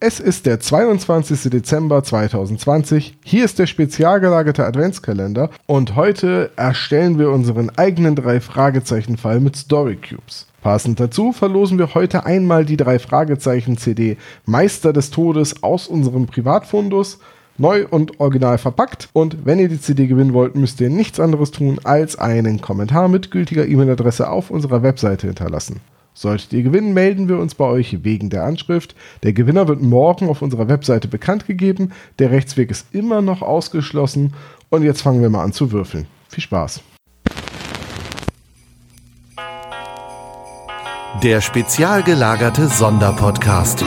Es ist der 22. Dezember 2020. Hier ist der spezial gelagerte Adventskalender und heute erstellen wir unseren eigenen 3-Fragezeichen-Fall mit Story Cubes. Passend dazu verlosen wir heute einmal die 3-Fragezeichen-CD Meister des Todes aus unserem Privatfundus, neu und original verpackt. Und wenn ihr die CD gewinnen wollt, müsst ihr nichts anderes tun, als einen Kommentar mit gültiger E-Mail-Adresse auf unserer Webseite hinterlassen. Solltet ihr gewinnen, melden wir uns bei euch wegen der Anschrift. Der Gewinner wird morgen auf unserer Webseite bekannt gegeben. Der Rechtsweg ist immer noch ausgeschlossen. Und jetzt fangen wir mal an zu würfeln. Viel Spaß. Der spezial gelagerte Sonderpodcast.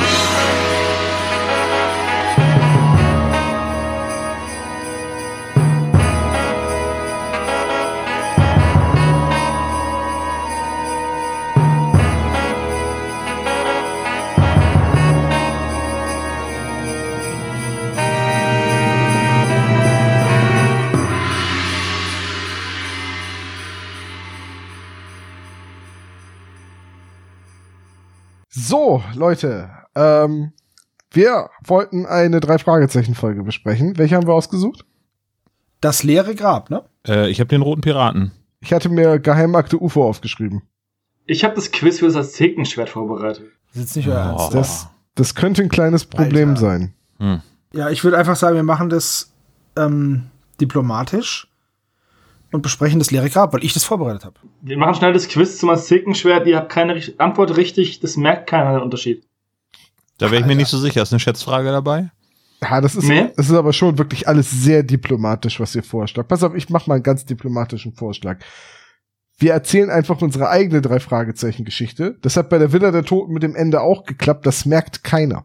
So, Leute, wir wollten eine 3-Fragezeichen-Folge besprechen. Welche haben wir ausgesucht? Das leere Grab, ne? Ich habe den roten Piraten. Ich hatte mir Geheimakte UFO aufgeschrieben. Ich habe das Quiz für das Aztekenschwert vorbereitet. Das ist jetzt nicht euer Ernst. Das könnte ein kleines Problem Alter. sein. Ja, ich würde einfach sagen, wir machen das diplomatisch und besprechen das leere Grab, weil ich das vorbereitet habe. Wir machen schnell das Quiz zum Aztekenschwert. Ihr habt keine Antwort richtig. Das merkt keiner den Unterschied. Da wäre ich mir nicht so sicher. Ist eine Schätzfrage dabei? Ja, das ist aber schon wirklich alles sehr diplomatisch, was ihr vorschlagt. Pass auf, ich mache mal einen ganz diplomatischen Vorschlag. Wir erzählen einfach unsere eigene 3-Fragezeichen-Geschichte. Das hat bei der Villa der Toten mit dem Ende auch geklappt. Das merkt keiner.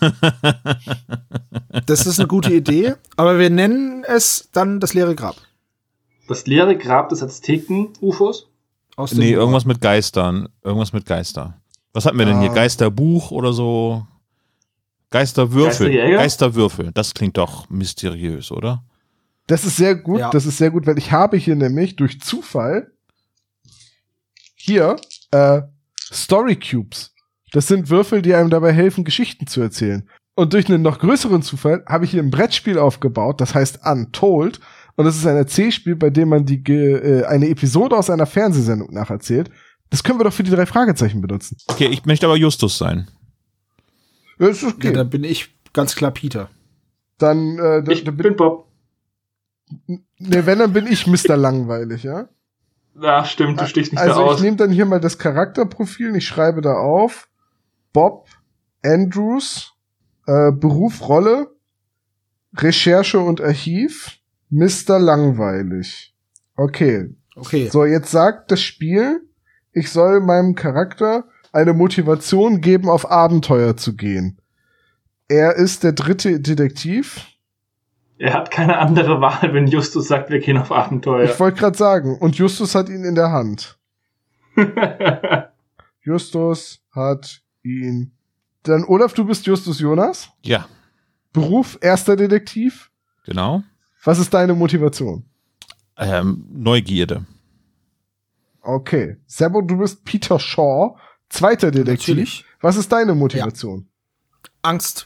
Das ist eine gute Idee, aber wir nennen es dann das leere Grab. Das leere Grab des Azteken-UFOs? Nee, irgendwas mit Geistern. Irgendwas mit Geister. Was hatten wir denn hier? Geisterbuch oder so? Geisterwürfel. Geisterwürfel. Das klingt doch mysteriös, oder? Das ist sehr gut. Ja. Das ist sehr gut, weil ich habe hier nämlich durch Zufall hier Story Cubes. Das sind Würfel, die einem dabei helfen, Geschichten zu erzählen. Und durch einen noch größeren Zufall habe ich hier ein Brettspiel aufgebaut, das heißt Untold. Und das ist ein Erzählspiel, bei dem man eine Episode aus einer Fernsehsendung nacherzählt. Das können wir doch für die 3 Fragezeichen benutzen. Okay, ich möchte aber Justus sein. Das ist okay. Ja, dann bin ich ganz klar Peter. Dann, Ich bin Bob. Ne, wenn, dann bin ich Mr. Langweilig, ja? Ja, stimmt, du stichst nicht also da aus. Ich nehme dann hier mal das Charakterprofil und ich schreibe da auf Bob Andrews, Beruf, Rolle, Recherche und Archiv, Mr. Langweilig. Okay. So, jetzt sagt das Spiel, ich soll meinem Charakter eine Motivation geben, auf Abenteuer zu gehen. Er ist der 3. Detektiv. Er hat keine andere Wahl, wenn Justus sagt, wir gehen auf Abenteuer. Ich wollte gerade sagen, und Justus hat ihn in der Hand. Justus hat ihn. Dann, Olaf, du bist Justus Jonas? Ja. Beruf, 1. Detektiv? Genau. Was ist deine Motivation? Neugierde. Okay. Sebo, du bist Peter Shaw, 2. Detektiv. Natürlich. Was ist deine Motivation? Angst.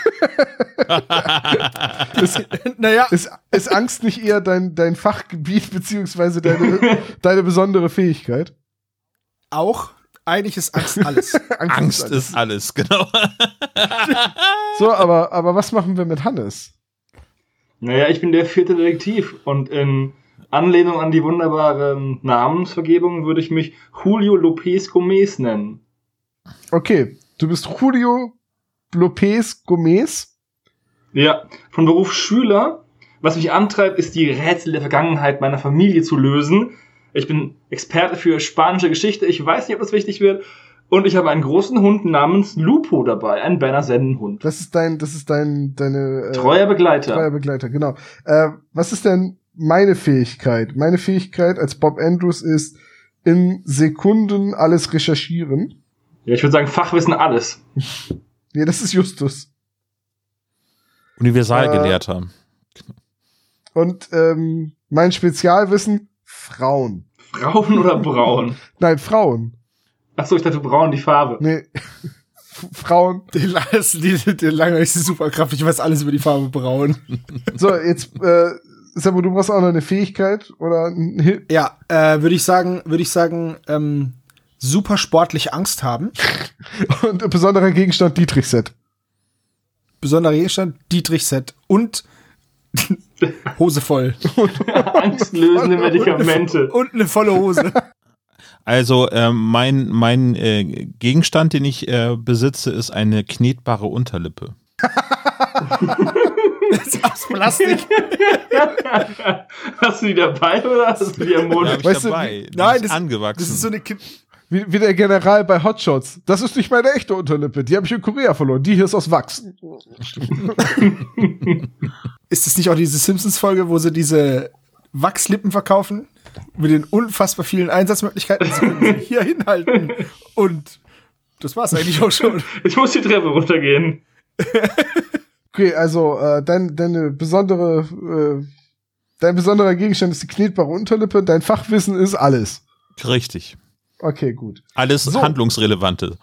Ist Angst nicht eher dein Fachgebiet beziehungsweise deine besondere Fähigkeit? Auch. Eigentlich ist Angst alles. Angst ist alles, genau. So, aber was machen wir mit Hannes? Naja, ich bin der 4. Detektiv und in Anlehnung an die wunderbare Namensvergebung würde ich mich Julio López Gómez nennen. Okay, du bist Julio López Gómez. Ja, von Beruf Schüler. Was mich antreibt, ist die Rätsel der Vergangenheit meiner Familie zu lösen. Ich bin Experte für spanische Geschichte. Ich weiß nicht, ob das wichtig wird. Und ich habe einen großen Hund namens Lupo dabei, einen Berner Sennenhund. Das ist deine treuer Begleiter. Treuer Begleiter, genau. Was ist denn meine Fähigkeit? Meine Fähigkeit als Bob Andrews ist in Sekunden alles recherchieren. Ja, ich würde sagen Fachwissen alles. Nee, das ist Justus. Universalgelehrter. Und mein Spezialwissen, Frauen. Frauen oder braun? Nein, Frauen. Achso, ich dachte braun, die Farbe. Nee, Frauen. Die langweiligste Superkraft, ich weiß alles über die Farbe braun. So, jetzt, Sebo, du brauchst auch noch eine Fähigkeit oder Ja, würde ich sagen, super sportlich Angst haben. Und ein besonderer Gegenstand Dietrich-Set. Besonderer Gegenstand Dietrich-Set und Hose voll. Angstlösende Medikamente. Und eine volle Hose. Also mein Gegenstand, den ich besitze, ist eine knetbare Unterlippe. Das ist aus Plastik. Hast du die dabei oder hast du die am Mond? Ja, Weißt du, dabei. Nein, ist angewachsen. Das ist so eine wie der General bei Hotshots. Das ist nicht meine echte Unterlippe. Die habe ich in Korea verloren. Die hier ist aus Wachs. Ist es nicht auch diese Simpsons-Folge, wo sie diese Wachslippen verkaufen? Mit den unfassbar vielen Einsatzmöglichkeiten. Sie können sie hier hinhalten. Und das war's eigentlich auch schon. Ich muss die Treppe runtergehen. Okay, also dein besonderer Gegenstand ist die knetbare Unterlippe. Dein Fachwissen ist alles. Richtig. Okay, gut. Alles So. Handlungsrelevante.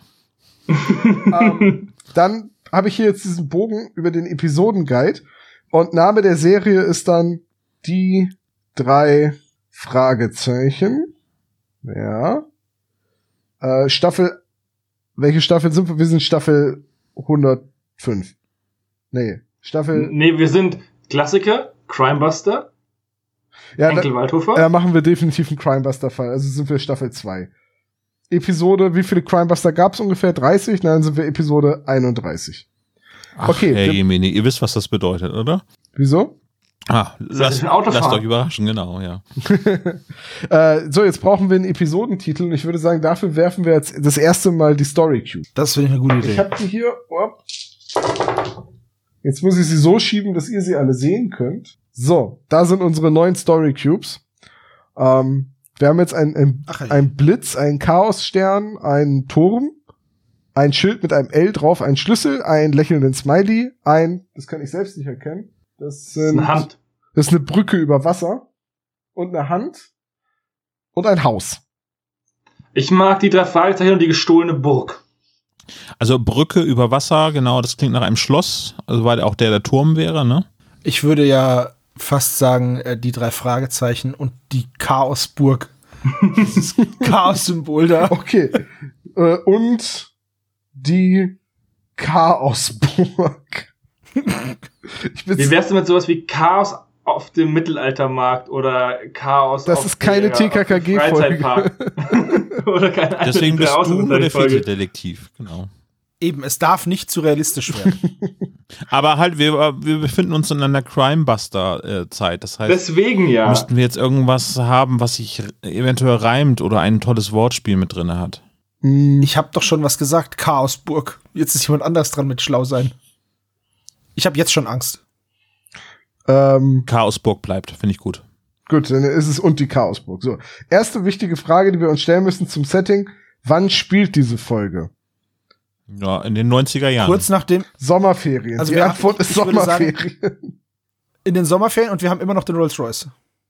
Dann habe ich hier jetzt diesen Bogen über den Episodenguide und Name der Serie ist dann die 3 Fragezeichen. Ja. Welche Staffel sind wir? Wir sind Staffel 105. Nee, Nee, wir sind Klassiker, Crimebuster, ja, Henkel Waldhofer. machen wir definitiv einen Crimebuster-Fall. Also sind wir Staffel 2. Episode, wie viele Crimebuster gab es ungefähr? 30? Nein, sind wir Episode 31. Ach, Okay, Herr Jemini, ihr wisst, was das bedeutet, oder? Wieso? Lasst euch überraschen, genau, ja. So, jetzt brauchen wir einen Episodentitel und ich würde sagen, dafür werfen wir jetzt das erste Mal die Story Cube. Das finde ich eine gute Idee. Ich habe die hier. Jetzt muss ich sie so schieben, dass ihr sie alle sehen könnt. So, da sind unsere 9 Story Cubes. Wir haben jetzt ein Blitz, einen Chaosstern, einen Turm, ein Schild mit einem L drauf, einen Schlüssel, einen lächelnden Smiley, das kann ich selbst nicht erkennen. Das ist eine Hand. Das ist eine Brücke über Wasser und eine Hand und ein Haus. Ich mag die 3 Fragezeichen und die gestohlene Burg. Also Brücke über Wasser, genau, das klingt nach einem Schloss, also weil auch der Turm wäre, ne? Ich würde ja fast sagen, die 3 Fragezeichen und die Chaosburg. Dieses Chaos-Symbol da. Okay. Und die Chaosburg. Wie wär's denn mit sowas wie Chaos auf dem Mittelaltermarkt oder Chaos das auf ist keine TKKG-Folge. Oder keine Ahnung. Deswegen bist du der Vizedetektiv, genau. Eben, es darf nicht zu realistisch werden. Aber halt, wir befinden uns in einer Crimebuster-Zeit. Das heißt, deswegen ja. Müssten wir jetzt irgendwas haben, was sich eventuell reimt oder ein tolles Wortspiel mit drin hat. Ich habe doch schon was gesagt, Chaosburg. Jetzt ist jemand anders dran mit schlau sein. Ich habe jetzt schon Angst. Chaosburg bleibt, finde ich gut. Gut, dann ist es und die Chaosburg. So, erste wichtige Frage, die wir uns stellen müssen zum Setting. Wann spielt diese Folge? Ja, in den 90er Jahren. Kurz nachdem Sommerferien. Also die Antwort ist Sommerferien. In den Sommerferien und wir haben immer noch den Rolls-Royce.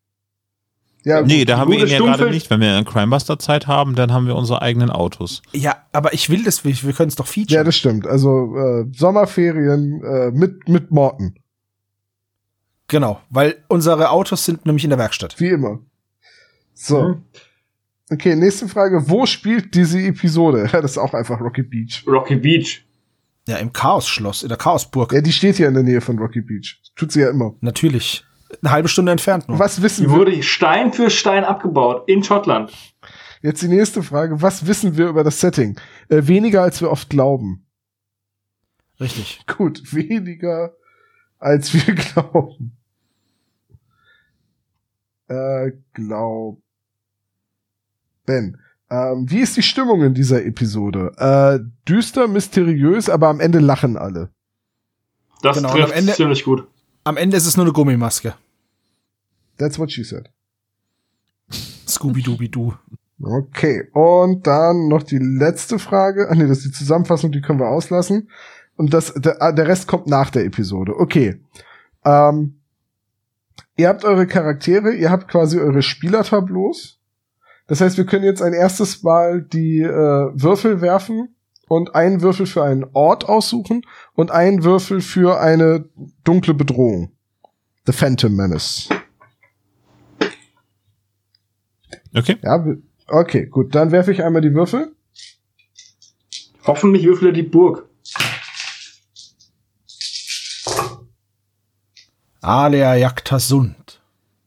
Ja, nee, da haben wir ihn ja Stumpfe. gerade nicht. Wenn wir eine Crimebuster-Zeit haben, dann haben wir unsere eigenen Autos. Ja, aber ich will das, wir können es doch featuren. Ja, das stimmt. Also Sommerferien mit Morten. Genau, weil unsere Autos sind nämlich in der Werkstatt. Wie immer. So. Okay, nächste Frage. Wo spielt diese Episode? Ja, das ist auch einfach Rocky Beach. Rocky Beach. Ja, im Chaos-Schloss, in der Chaosburg. Ja, die steht ja in der Nähe von Rocky Beach. Tut sie ja immer. Natürlich. Eine halbe Stunde entfernt nur. Was wissen Die wir? wurde Stein für Stein abgebaut in Schottland. Jetzt die nächste Frage. Was wissen wir über das Setting? Weniger, als wir oft glauben. Richtig. Gut, weniger, als wir glauben. Wie ist die Stimmung in dieser Episode? Düster, mysteriös, aber am Ende lachen alle. Das Genau, und trifft am Ende- ziemlich gut. Am Ende ist es nur eine Gummimaske. That's what she said. Scooby-Dooby-Doo. Okay, und dann noch die letzte Frage. Ach nee, das ist die Zusammenfassung, die können wir auslassen. Und der Rest kommt nach der Episode. Okay. Ihr habt eure Charaktere, ihr habt quasi eure Spielertableaus. Das heißt, wir können jetzt ein erstes Mal die Würfel werfen und einen Würfel für einen Ort aussuchen und einen Würfel für eine dunkle Bedrohung. The Phantom Menace. Okay. Ja, okay, gut. Dann werfe ich einmal die Würfel. Hoffentlich würfel er die Burg. Alea Jagta Sund.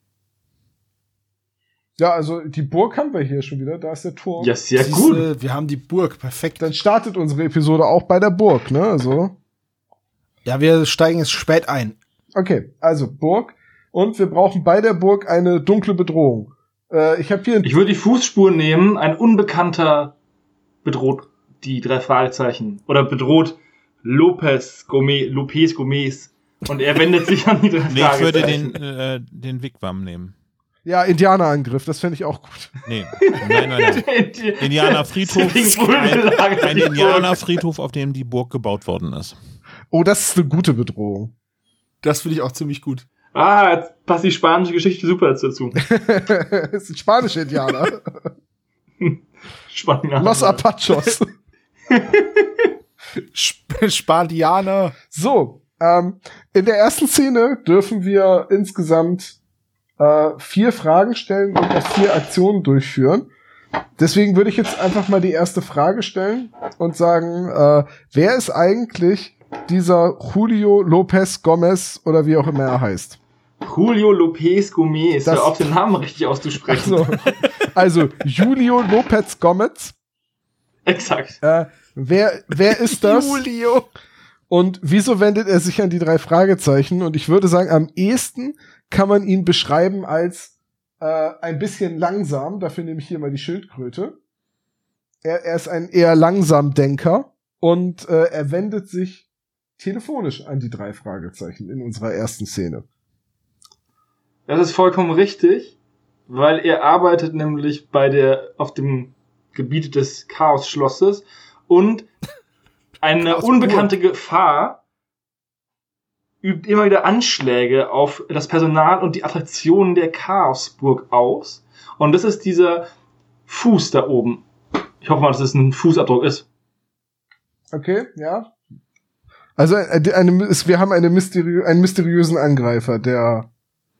Ja, also die Burg haben wir hier schon wieder. Da ist der Turm. Ja, sehr Siehste, gut. wir haben die Burg, perfekt. Dann startet unsere Episode auch bei der Burg, ne? Also. Ja, wir steigen jetzt spät ein. Okay, also Burg. Und wir brauchen bei der Burg eine dunkle Bedrohung. Ich habe hier... Ich würde die Fußspuren nehmen. Ein Unbekannter bedroht die 3 Fragezeichen. Oder bedroht Lopez Gomez. Und er wendet sich an die 3 Fragezeichen. Ich würde den Wigwam nehmen. Ja, Indianerangriff, das fände ich auch gut. Nee, nein. Indianerfriedhof. Ein Indianerfriedhof, auf dem die Burg gebaut worden ist. Oh, das ist eine gute Bedrohung. Das finde ich auch ziemlich gut. Ah, jetzt passt die spanische Geschichte super dazu. Das sind spanische Indianer. Spanier. Los Apachos. Spanianer. So, in der ersten Szene dürfen wir insgesamt 4 Fragen stellen und auch 4 Aktionen durchführen. Deswegen würde ich jetzt einfach mal die erste Frage stellen und sagen, wer ist eigentlich dieser Julio Lopez Gomez oder wie auch immer er heißt? Julio Lopez Gomez. Hör auf, den Namen richtig auszusprechen. Also Julio Lopez Gomez. Exakt. Wer ist das? Julio. Und wieso wendet er sich an die 3 Fragezeichen? Und ich würde sagen, am ehesten kann man ihn beschreiben als ein bisschen langsam. Dafür nehme ich hier mal die Schildkröte. Er ist ein eher Langsamdenker und er wendet sich telefonisch an die 3 Fragezeichen in unserer ersten Szene. Das ist vollkommen richtig, weil er arbeitet nämlich auf dem Gebiet des Chaos-Schlosses und eine unbekannte Gefahr übt immer wieder Anschläge auf das Personal und die Attraktionen der Chaosburg aus. Und das ist dieser Fuß da oben. Ich hoffe mal, dass es ein Fußabdruck ist. Okay, ja. Also wir haben einen mysteriösen Angreifer, der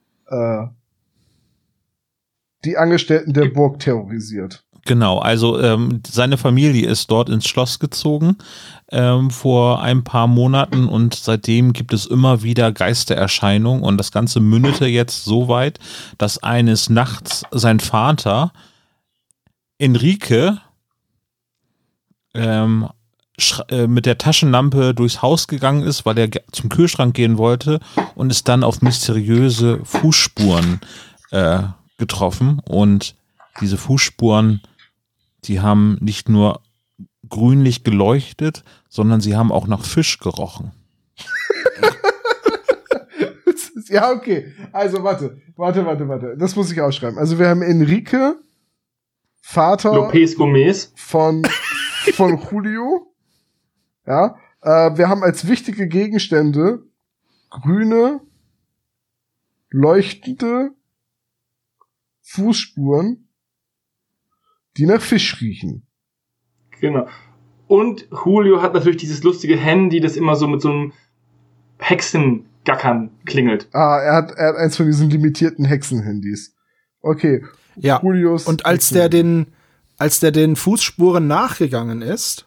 die Angestellten der Burg terrorisiert. Genau, also seine Familie ist dort ins Schloss gezogen vor ein paar Monaten und seitdem gibt es immer wieder Geistererscheinungen und das Ganze mündete jetzt so weit, dass eines Nachts sein Vater Enrique mit der Taschenlampe durchs Haus gegangen ist, weil er zum Kühlschrank gehen wollte und ist dann auf mysteriöse Fußspuren getroffen und diese Fußspuren, die haben nicht nur grünlich geleuchtet, sondern sie haben auch nach Fisch gerochen. Ja, okay. Also warte. Das muss ich ausschreiben. Also wir haben Enrique, Vater Lopez Gomez von Julio. Ja, wir haben als wichtige Gegenstände grüne, leuchtende Fußspuren, die nach Fisch riechen. Genau. Und Julio hat natürlich dieses lustige Handy, das immer so mit so einem Hexengackern klingelt. Er hat eins von diesen limitierten Hexenhandys. Okay. Ja. Julius und als der den Fußspuren nachgegangen ist,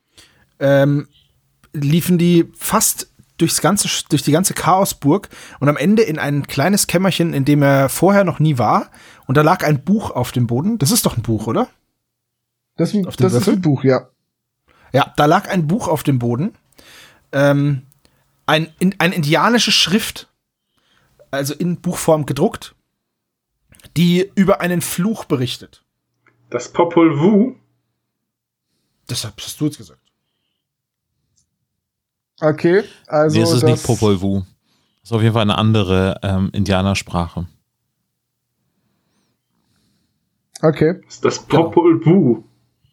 liefen die fast durch die ganze Chaosburg und am Ende in ein kleines Kämmerchen, in dem er vorher noch nie war. Und da lag ein Buch auf dem Boden. Das ist doch ein Buch, oder? Das ist ein Buch, ja. Ja, da lag ein Buch auf dem Boden. Eine indianische Schrift, also in Buchform gedruckt, die über einen Fluch berichtet. Das Popol Vuh. Deshalb hast du jetzt gesagt. Okay, also nee, es ist nicht Popol Vuh. Das ist auf jeden Fall eine andere Indianersprache. Okay. Das ist das Popol Vuh.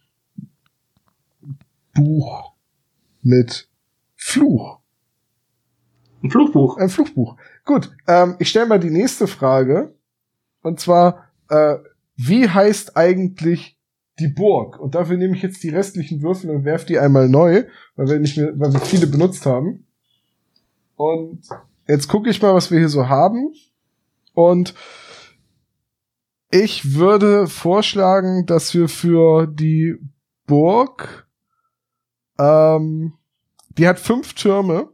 Buch mit Fluch. Ein Fluchbuch. Ein Fluchbuch. Gut, ich stelle mal die nächste Frage. Und zwar, wie heißt eigentlich die Burg. Und dafür nehme ich jetzt die restlichen Würfel und werfe die einmal neu, weil wir viele benutzt haben. Und jetzt gucke ich mal, was wir hier so haben. Und ich würde vorschlagen, dass wir für die Burg, die hat 5 Türme.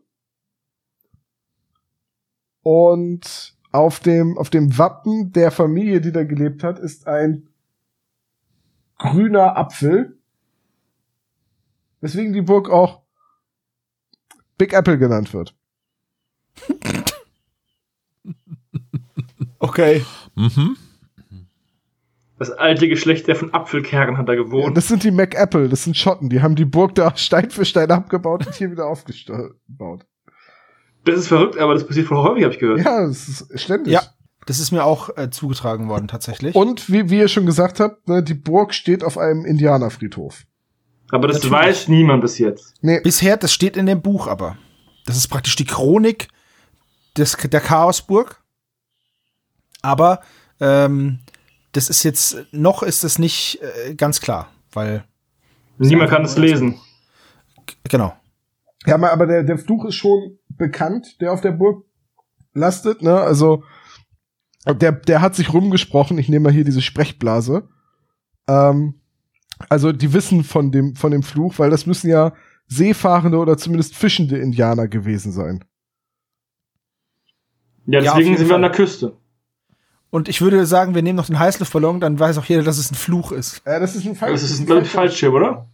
Und auf dem Wappen der Familie, die da gelebt hat, ist ein grüner Apfel. Weswegen die Burg auch Big Apple genannt wird. Okay. Mhm. Das alte Geschlecht der von Apfelkernen hat da Ja, gewohnt. das sind die MacApple, das sind Schotten. Die haben die Burg da Stein für Stein abgebaut und hier wieder aufgebaut. Das ist verrückt, aber das passiert voll häufig, habe ich gehört. Ja, das ist ständig. Ja, das ist mir auch zugetragen worden, tatsächlich. Und wie ihr schon gesagt habt, ne, die Burg steht auf einem Indianerfriedhof. Aber das Natürlich. weiß niemand bis jetzt. Nee, Bisher, das steht in dem Buch aber. Das ist praktisch die Chronik der Chaosburg. Aber das ist jetzt, noch ist das nicht ganz klar, weil Niemand kann es lesen. genau. ja, aber der Fluch ist schon bekannt, der auf der Burg lastet, ne? Also der hat sich rumgesprochen. Ich nehme mal hier diese Sprechblase. Also die wissen von dem Fluch, weil das müssen ja seefahrende oder zumindest fischende Indianer gewesen sein. Ja, Ja, auf deswegen jeden sind wir an Fall. der Küste. Und ich würde sagen, wir nehmen noch den Heißluftballon, dann weiß auch jeder, dass es ein Fluch ist. Das ist ein Das ist ein Fallschirm, oder?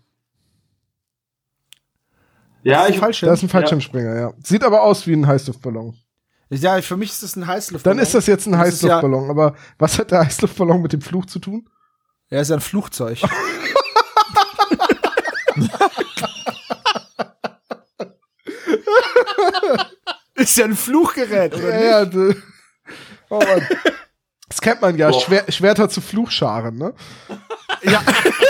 Ja, Das ist ich ein Fallschirm. Das ist ein Fallschirmspringer, ja. Sieht aber aus wie ein Heißluftballon. Ja, für mich ist das ein Heißluftballon. Dann ist das jetzt ein Das ist Heißluftballon. Aber was hat der Heißluftballon mit dem Fluch zu tun? Ja, ist ja ein Flugzeug. Ist ja ein Fluchgerät, oder Ja, nicht? ja. Oh Mann. Das kennt man ja. Boah. Schwerter zu Fluchscharen, ne? Ja.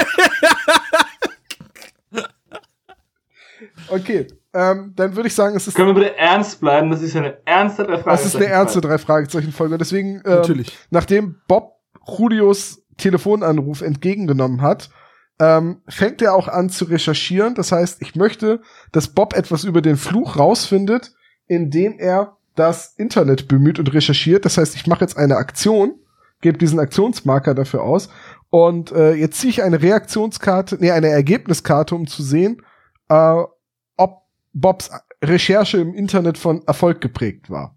Okay. Dann würde ich sagen, es ist Können wir bitte ernst bleiben? Das ist ja eine ernste Frage. Das ist eine ernste 3-Fragezeichen-Folge. Deswegen, Natürlich. nachdem Bob Julios Telefonanruf entgegengenommen hat, fängt er auch an zu recherchieren. Das heißt, ich möchte, dass Bob etwas über den Fluch rausfindet, indem er das Internet bemüht und recherchiert. Das heißt, ich mache jetzt eine Aktion, gebe diesen Aktionsmarker dafür aus und jetzt ziehe ich eine eine Ergebniskarte, um zu sehen, ob Bobs Recherche im Internet von Erfolg geprägt war.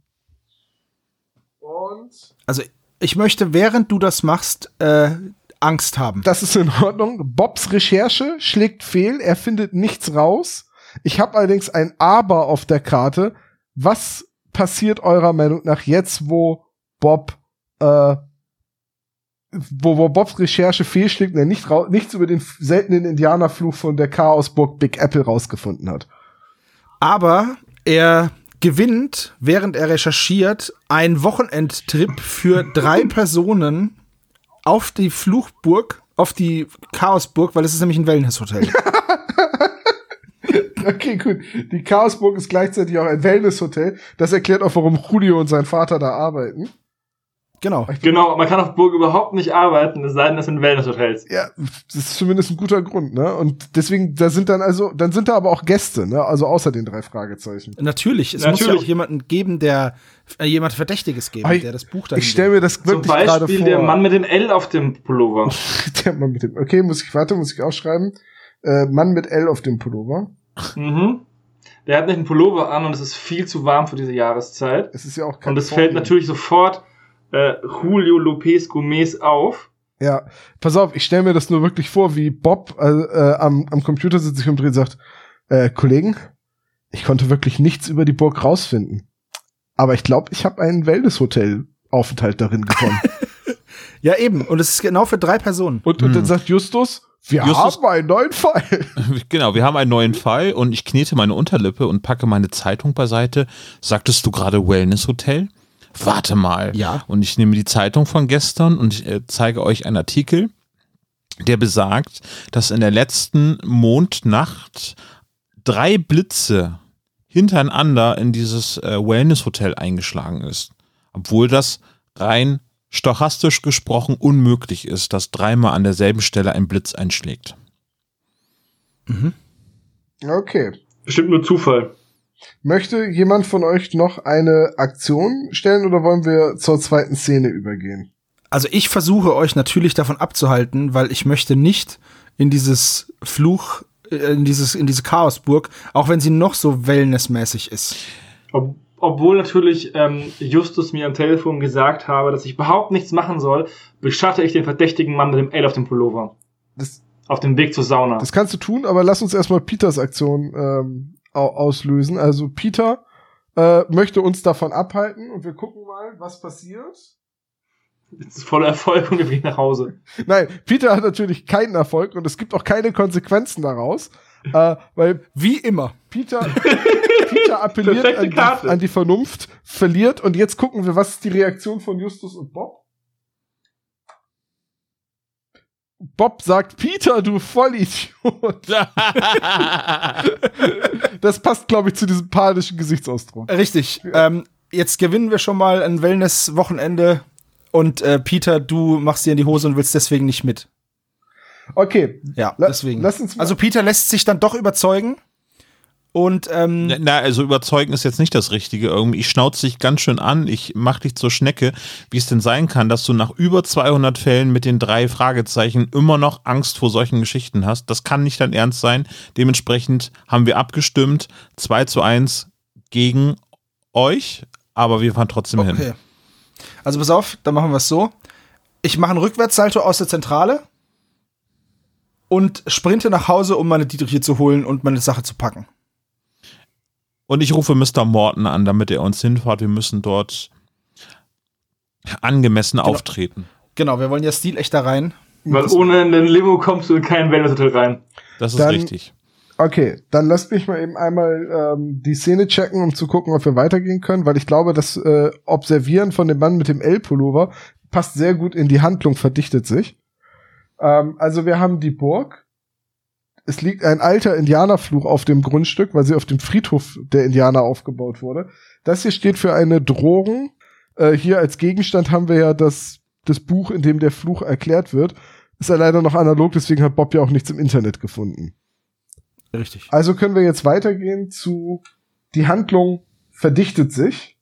Und Also, ich möchte, während du das machst, Angst haben. das ist in Ordnung. Bobs Recherche schlägt fehl, er findet nichts raus. Ich habe allerdings ein Aber auf der Karte. Was passiert eurer Meinung nach jetzt, wo Bob wo Bobs Recherche fehlschlägt und er nichts über den seltenen Indianerfluch von der Chaosburg Big Apple rausgefunden hat? Aber er gewinnt, während er recherchiert, einen Wochenendtrip für 3 Personen auf die Fluchburg, auf die Chaosburg, weil es ist nämlich ein Wellnesshotel. Okay, gut. Die Chaosburg ist gleichzeitig auch ein Wellnesshotel. Das erklärt auch, warum Julio und sein Vater da arbeiten. Genau. Genau, man kann auf Burg überhaupt nicht arbeiten, es sei denn, das sind Wellnesshotels. Ja, das ist zumindest ein guter Grund, ne? Und deswegen, dann sind da aber auch Gäste, ne? Also außer den 3 Fragezeichen. Natürlich. Es muss ja Natürlich. auch jemanden geben, der jemand Verdächtiges geben, Aber der das Buch dahin Ich stelle mir das Zum wirklich gerade Beispiel vor. der Mann mit dem L auf dem Pullover. Der Mann mit dem. Okay, muss ich aufschreiben. Mann mit L auf dem Pullover. Mhm. Der hat nicht einen Pullover an und es ist viel zu warm für diese Jahreszeit. Es ist ja auch Und es fällt natürlich sofort Julio Lopez Gomez auf. Ja, pass auf, ich stelle mir das nur wirklich vor, wie Bob am Computer sitzt sich umdreht und sagt, Kollegen, ich konnte wirklich nichts über die Burg rausfinden. Aber ich glaube, ich habe einen Wellness-Hotel-Aufenthalt darin gewonnen. Ja, eben. Und es ist genau für 3 Personen. und dann sagt Justus, wir Justus- haben einen neuen Fall. Genau, wir haben einen neuen Fall und ich knete meine Unterlippe und packe meine Zeitung beiseite. Sagtest du gerade Wellness-Hotel? Warte mal. Ja. Und ich nehme die Zeitung von gestern und ich zeige euch einen Artikel, der besagt, dass in der letzten Mondnacht 3 Blitze hintereinander in dieses Wellness-Hotel eingeschlagen ist. Obwohl das rein stochastisch gesprochen unmöglich ist, dass dreimal an derselben Stelle ein Blitz einschlägt. Okay. Bestimmt nur Zufall. Möchte jemand von euch noch eine Aktion stellen oder wollen wir zur zweiten Szene übergehen? Also ich versuche euch natürlich davon abzuhalten, weil ich möchte nicht in dieses in diese Chaosburg, auch wenn sie noch so wellnessmäßig ist. Obwohl natürlich Justus mir am Telefon gesagt habe, dass ich überhaupt nichts machen soll, beschatte ich den verdächtigen Mann mit dem L auf dem Pullover. Auf dem Weg zur Sauna. Das kannst du tun, aber lass uns erstmal Peters Aktion auslösen. Also Peter möchte uns davon abhalten und wir gucken mal, was passiert. Das ist voller Erfolg und wir gehen nach Hause. Nein, Peter hat natürlich keinen Erfolg und es gibt auch keine Konsequenzen daraus, weil wie immer Peter appelliert an die Vernunft, verliert und jetzt gucken wir, was ist die Reaktion von Justus und Bob. Bob sagt, Peter, du Vollidiot. Das passt, glaube ich, zu diesem panischen Gesichtsausdruck. Richtig. Jetzt gewinnen wir schon mal ein Wellness-Wochenende und Peter, du machst dir in die Hose und willst deswegen nicht mit. Okay. Ja, deswegen. Also Peter lässt sich dann doch überzeugen. Und also überzeugen ist jetzt nicht das Richtige. Irgendwie, ich schnauze dich ganz schön an, ich mach dich zur Schnecke, wie es denn sein kann, dass du nach über 200 Fällen mit den 3 Fragezeichen immer noch Angst vor solchen Geschichten hast. Das kann nicht dein Ernst sein. Dementsprechend haben wir abgestimmt, 2:1 gegen euch, aber wir fahren trotzdem hin. Also pass auf, dann machen wir es so. Ich mache einen Rückwärtssalto aus der Zentrale und sprinte nach Hause, um meine Dietriche zu holen und meine Sache zu packen. Und ich rufe Mr. Morton an, damit er uns hinfährt. Wir müssen dort angemessen auftreten. Genau, wir wollen ja stilechter rein. Weil ohne ein Limo kommst du in kein Wellness-Hotel rein. Das ist richtig. Okay, dann lasst mich mal eben einmal die Szene checken, um zu gucken, ob wir weitergehen können, weil ich glaube, das Observieren von dem Mann mit dem L-Pullover passt sehr gut in die Handlung, verdichtet sich. Also wir haben die Burg. Es liegt ein alter Indianerfluch auf dem Grundstück, weil sie auf dem Friedhof der Indianer aufgebaut wurde. Das hier steht für eine Drohung. Hier als Gegenstand haben wir ja das Buch, in dem der Fluch erklärt wird. Ist ja leider noch analog, deswegen hat Bob ja auch nichts im Internet gefunden. Richtig. Also können wir jetzt weitergehen zu die Handlung verdichtet sich.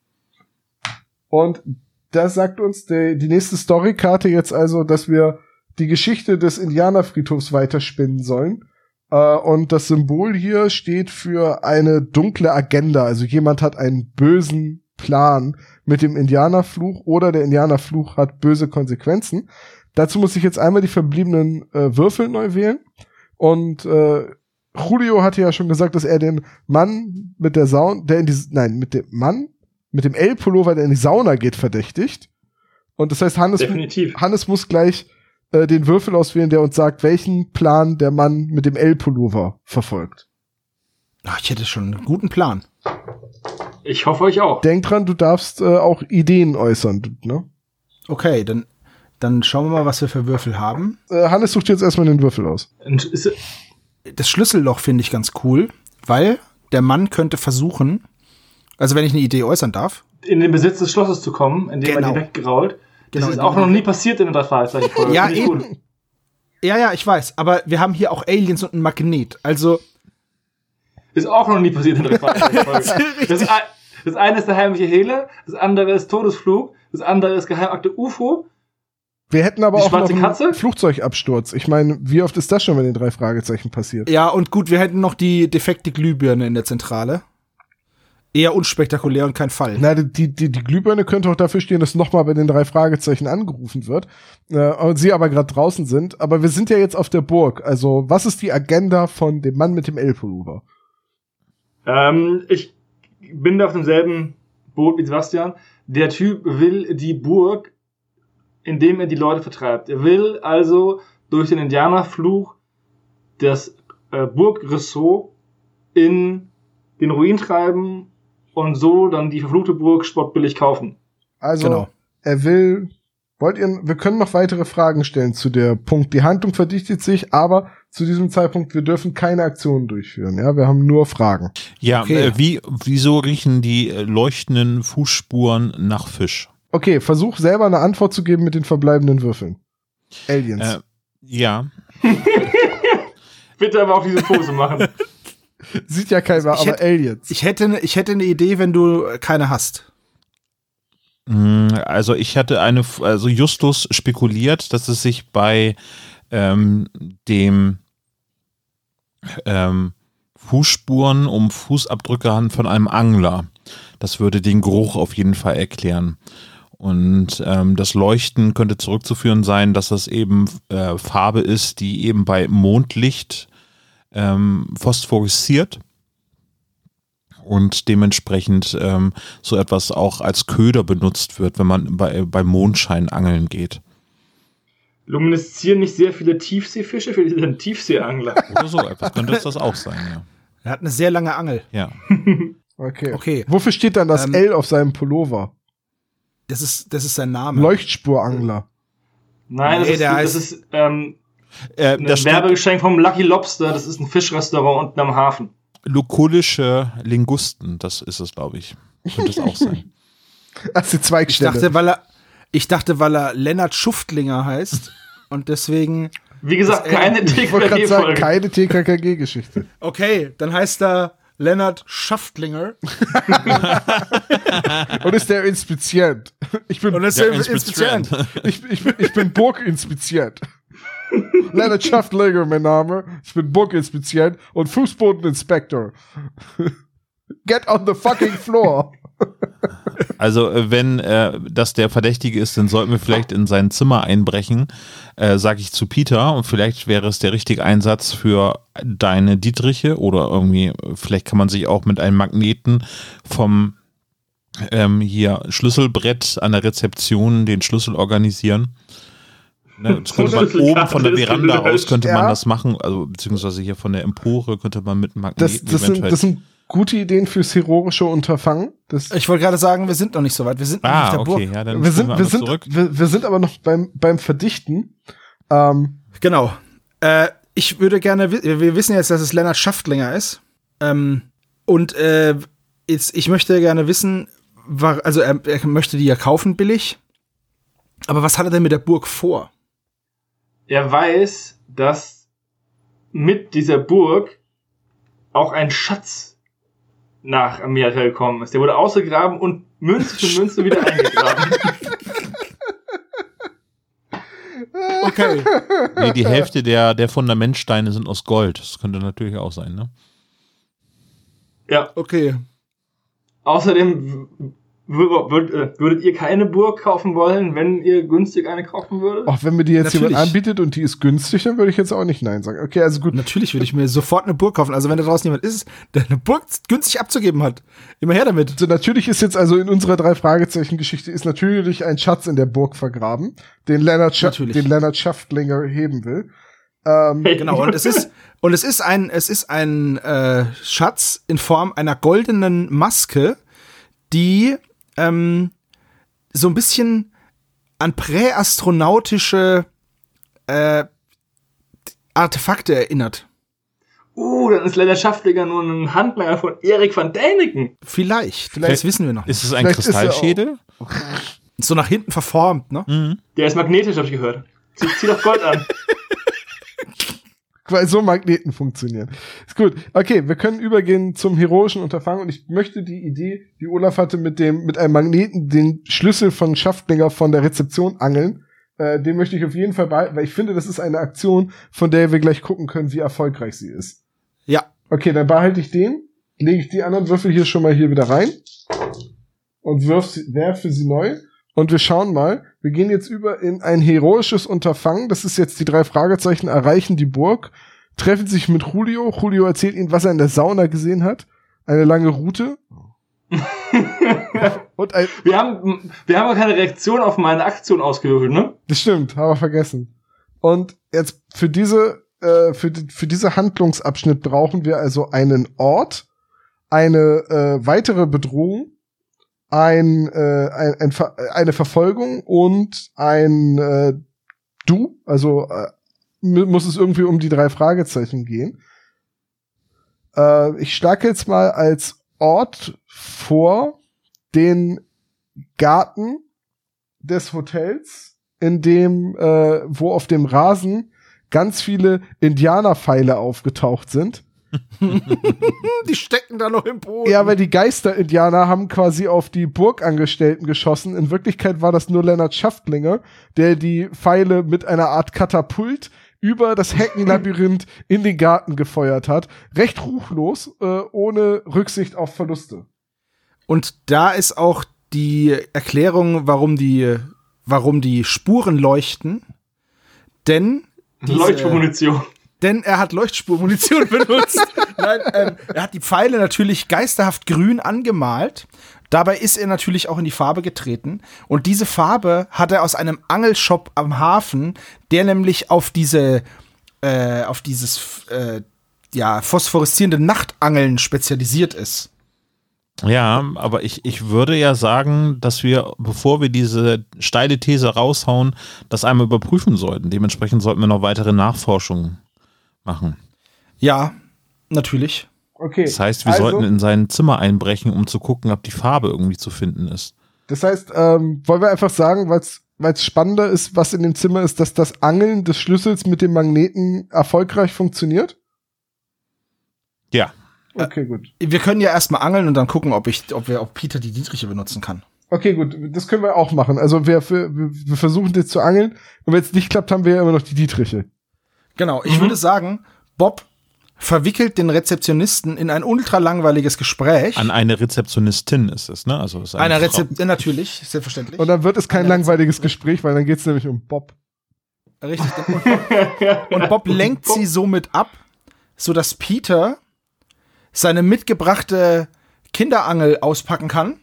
Und das sagt uns die nächste Storykarte jetzt also, dass wir die Geschichte des Indianerfriedhofs weiterspinnen sollen. Und das Symbol hier steht für eine dunkle Agenda. Also jemand hat einen bösen Plan mit dem Indianerfluch oder der Indianerfluch hat böse Konsequenzen. Dazu muss ich jetzt einmal die verbliebenen Würfel neu wählen. Und Julio hatte ja schon gesagt, dass er den Mann mit der mit dem Mann mit dem L-Pullover, der in die Sauna geht, verdächtigt. Und das heißt, Hannes muss gleich den Würfel auswählen, der uns sagt, welchen Plan der Mann mit dem L-Pullover verfolgt. Ach, ich hätte schon einen guten Plan. Ich hoffe, euch auch. Denk dran, du darfst auch Ideen äußern, ne? Okay, dann schauen wir mal, was wir für Würfel haben. Hannes sucht jetzt erstmal den Würfel aus. Das Schlüsselloch finde ich ganz cool, weil der Mann könnte versuchen, also wenn ich eine Idee äußern darf, in den Besitz des Schlosses zu kommen, indem er die weggrault. Das ist auch noch nie passiert in der 3 Fragezeichen-Folge. Ja, eben. Ja, ich weiß. Aber wir haben hier auch Aliens und einen Magnet. Also. Ist auch noch nie passiert in der 3 Fragezeichen-Folge. Das eine ist der heimliche Hele, das andere ist Todesflug, das andere ist Geheimakte UFO. Wir hätten aber auch noch einen Flugzeugabsturz. Ich meine, wie oft ist das schon mit den 3 Fragezeichen passiert? Ja, und gut, wir hätten noch die defekte Glühbirne in der Zentrale. Eher unspektakulär und kein Fall. Na, die Glühbirne könnte auch dafür stehen, dass nochmal bei den 3 Fragezeichen angerufen wird. Und sie aber gerade draußen sind. Aber wir sind ja jetzt auf der Burg. Also, was ist die Agenda von dem Mann mit dem L-Pullover? Ich bin da auf demselben Boot wie Sebastian. Der Typ will die Burg, indem er die Leute vertreibt. Er will also durch den Indianerfluch das Burgressort in den Ruin treiben und so dann die verfluchte Burg spottbillig kaufen. Also, genau. Er will, wir können noch weitere Fragen stellen zu der Punkt. Die Handlung verdichtet sich, aber zu diesem Zeitpunkt, wir dürfen keine Aktionen durchführen. Ja, wir haben nur Fragen. Ja, okay. Wieso riechen die leuchtenden Fußspuren nach Fisch? Okay, versuch selber eine Antwort zu geben mit den verbleibenden Würfeln. Aliens. Ja. Bitte aber auch diese Pose machen. Sieht ja keiner, aber Aliens. Ich hätte eine Idee, wenn du keine hast. Also ich hatte also Justus spekuliert, dass es sich bei dem Fußspuren um Fußabdrücke handelt von einem Angler. Das würde den Geruch auf jeden Fall erklären. Und das Leuchten könnte zurückzuführen sein, dass das eben Farbe ist, die eben bei Mondlicht phosphorisiert und dementsprechend so etwas auch als Köder benutzt wird, wenn man bei Mondschein angeln geht. Lumineszieren nicht sehr viele Tiefseefische für diesen Tiefseeangler? Oder so etwas könnte das auch sein, ja. Er hat eine sehr lange Angel. Ja. Okay. Wofür steht dann das L auf seinem Pullover? Das ist sein Name. Leuchtspurangler. Nein, Nee, das ist ein Werbegeschenk vom Lucky Lobster. Das ist ein Fischrestaurant unten am Hafen. Lokulische Lingusten, das ist es, glaube ich. Könnte es auch sein. Das ist die Zweigstelle. Ich dachte, weil er Lennart Schuftlinger heißt und deswegen. Wie gesagt, keine Ich wollte gerade sagen, TKKG-Folge. keine TKKG-Geschichte. Okay, dann heißt er Lennart Schaftlinger. Und ist der Inspizient. Ich bin, Und ist der Inspizient. ich bin Burginspizient. Leonard Schaftlinger, mein Name. Ich bin Burginspizient und Fußbodeninspektor. Get on the fucking floor. Also wenn das der Verdächtige ist, dann sollten wir vielleicht in sein Zimmer einbrechen, sage ich zu Peter, und vielleicht wäre es der richtige Einsatz für deine Dietriche oder irgendwie, vielleicht kann man sich auch mit einem Magneten vom hier Schlüsselbrett an der Rezeption den Schlüssel organisieren. Ne, das könnte man oben von der Veranda aus könnte man das machen, also beziehungsweise hier von der Empore könnte man mit Magneten Das sind gute Ideen fürs heroische Unterfangen. Ich wollte gerade sagen, wir sind noch nicht so weit. Wir sind noch nicht auf der Burg. Ja, dann wir sind aber noch beim Verdichten. Genau. Ich würde gerne, wir wissen jetzt, dass es Lennart Schaftlinger ist. Ich möchte gerne wissen, also er möchte die ja kaufen billig. Aber was hat er denn mit der Burg vor? Er weiß, dass mit dieser Burg auch ein Schatz nach Amerika gekommen ist. Der wurde ausgegraben und Münze für Münze wieder eingegraben. Okay. Nee, die Hälfte der Fundamentsteine sind aus Gold. Das könnte natürlich auch sein, ne? Ja. Okay. Außerdem würdet ihr keine Burg kaufen wollen, wenn ihr günstig eine kaufen würdet? Auch wenn mir die jetzt Natürlich. jemand anbietet und die ist günstig, dann würde ich jetzt auch nicht Nein sagen. Okay, also gut. Natürlich würde ich mir sofort eine Burg kaufen. Also wenn da draußen jemand ist, der eine Burg günstig abzugeben hat, immer her damit. Also natürlich ist jetzt also in unserer 3-Fragezeichen-Geschichte ist natürlich ein Schatz in der Burg vergraben, den Lennart Schaftlinger heben will. Genau, und es ist ein Schatz in Form einer goldenen Maske, die so ein bisschen an präastronautische Artefakte erinnert. Dann ist leider Schaftlinger nur ein Handlanger von Erik van Däniken. Vielleicht, das wissen wir noch nicht. Ist es ein Kristallschädel? So nach hinten verformt, ne? Mhm. Der ist magnetisch, habe ich gehört. Zieh doch Gold an. Weil so Magneten funktionieren. Ist gut. Okay, wir können übergehen zum heroischen Unterfangen und ich möchte die Idee, die Olaf hatte, mit einem Magneten den Schlüssel von Schaftlinger von der Rezeption angeln, den möchte ich auf jeden Fall behalten, weil ich finde, das ist eine Aktion, von der wir gleich gucken können, wie erfolgreich sie ist. Ja. Okay, dann behalte ich den, lege ich die anderen Würfel hier schon mal hier wieder rein und werfe sie neu. Und wir schauen mal, wir gehen jetzt über in ein heroisches Unterfangen. Das ist jetzt die 3 Fragezeichen, erreichen die Burg, treffen sich mit Julio. Julio erzählt ihnen, was er in der Sauna gesehen hat. Eine lange Route. Und Wir haben aber keine Reaktion auf meine Aktion ausgewürfelt, ne? Das stimmt, haben wir vergessen. Und jetzt für diese Handlungsabschnitt brauchen wir also einen Ort, eine weitere Bedrohung, eine Verfolgung und ein Du, also muss es irgendwie um die 3 Fragezeichen gehen. Ich schlage jetzt mal als Ort vor den Garten des Hotels, in dem, wo auf dem Rasen ganz viele Indianerpfeile aufgetaucht sind. Die stecken da noch im Boden. Ja, weil die Geister-Indianer haben quasi auf die Burgangestellten geschossen. In Wirklichkeit war das nur Lennart Schaftlinger, der die Pfeile mit einer Art Katapult über das Heckenlabyrinth in den Garten gefeuert hat. Recht ruchlos, ohne Rücksicht auf Verluste. Und da ist auch die Erklärung, warum die Spuren leuchten. Denn Leuchtmunition. Denn er hat Leuchtspurmunition benutzt. Nein, er hat die Pfeile natürlich geisterhaft grün angemalt. Dabei ist er natürlich auch in die Farbe getreten. Und diese Farbe hat er aus einem Angelshop am Hafen, der nämlich auf dieses phosphoreszierende Nachtangeln spezialisiert ist. Ja, aber ich würde ja sagen, dass wir, bevor wir diese steile These raushauen, das einmal überprüfen sollten. Dementsprechend sollten wir noch weitere Nachforschungen machen. Ja, natürlich. Okay. Das heißt, wir sollten in sein Zimmer einbrechen, um zu gucken, ob die Farbe irgendwie zu finden ist. Das heißt, wollen wir einfach sagen, weil es spannender ist, was in dem Zimmer ist, dass das Angeln des Schlüssels mit dem Magneten erfolgreich funktioniert? Ja. Okay, gut. Wir können ja erstmal angeln und dann gucken, ob Peter die Dietriche benutzen kann. Okay, gut. Das können wir auch machen. Also wir versuchen jetzt zu angeln. Und wenn es nicht klappt, haben wir ja immer noch die Dietriche. Genau. Ich würde sagen, Bob verwickelt den Rezeptionisten in ein ultra langweiliges Gespräch. An eine Rezeptionistin ist es, ne? Also ist eine Rezeptionistin, natürlich, selbstverständlich. Und dann wird es kein langweiliges Gespräch, weil dann geht es nämlich um Bob. Richtig. Und Bob lenkt sie somit ab, sodass Peter seine mitgebrachte Kinderangel auspacken kann.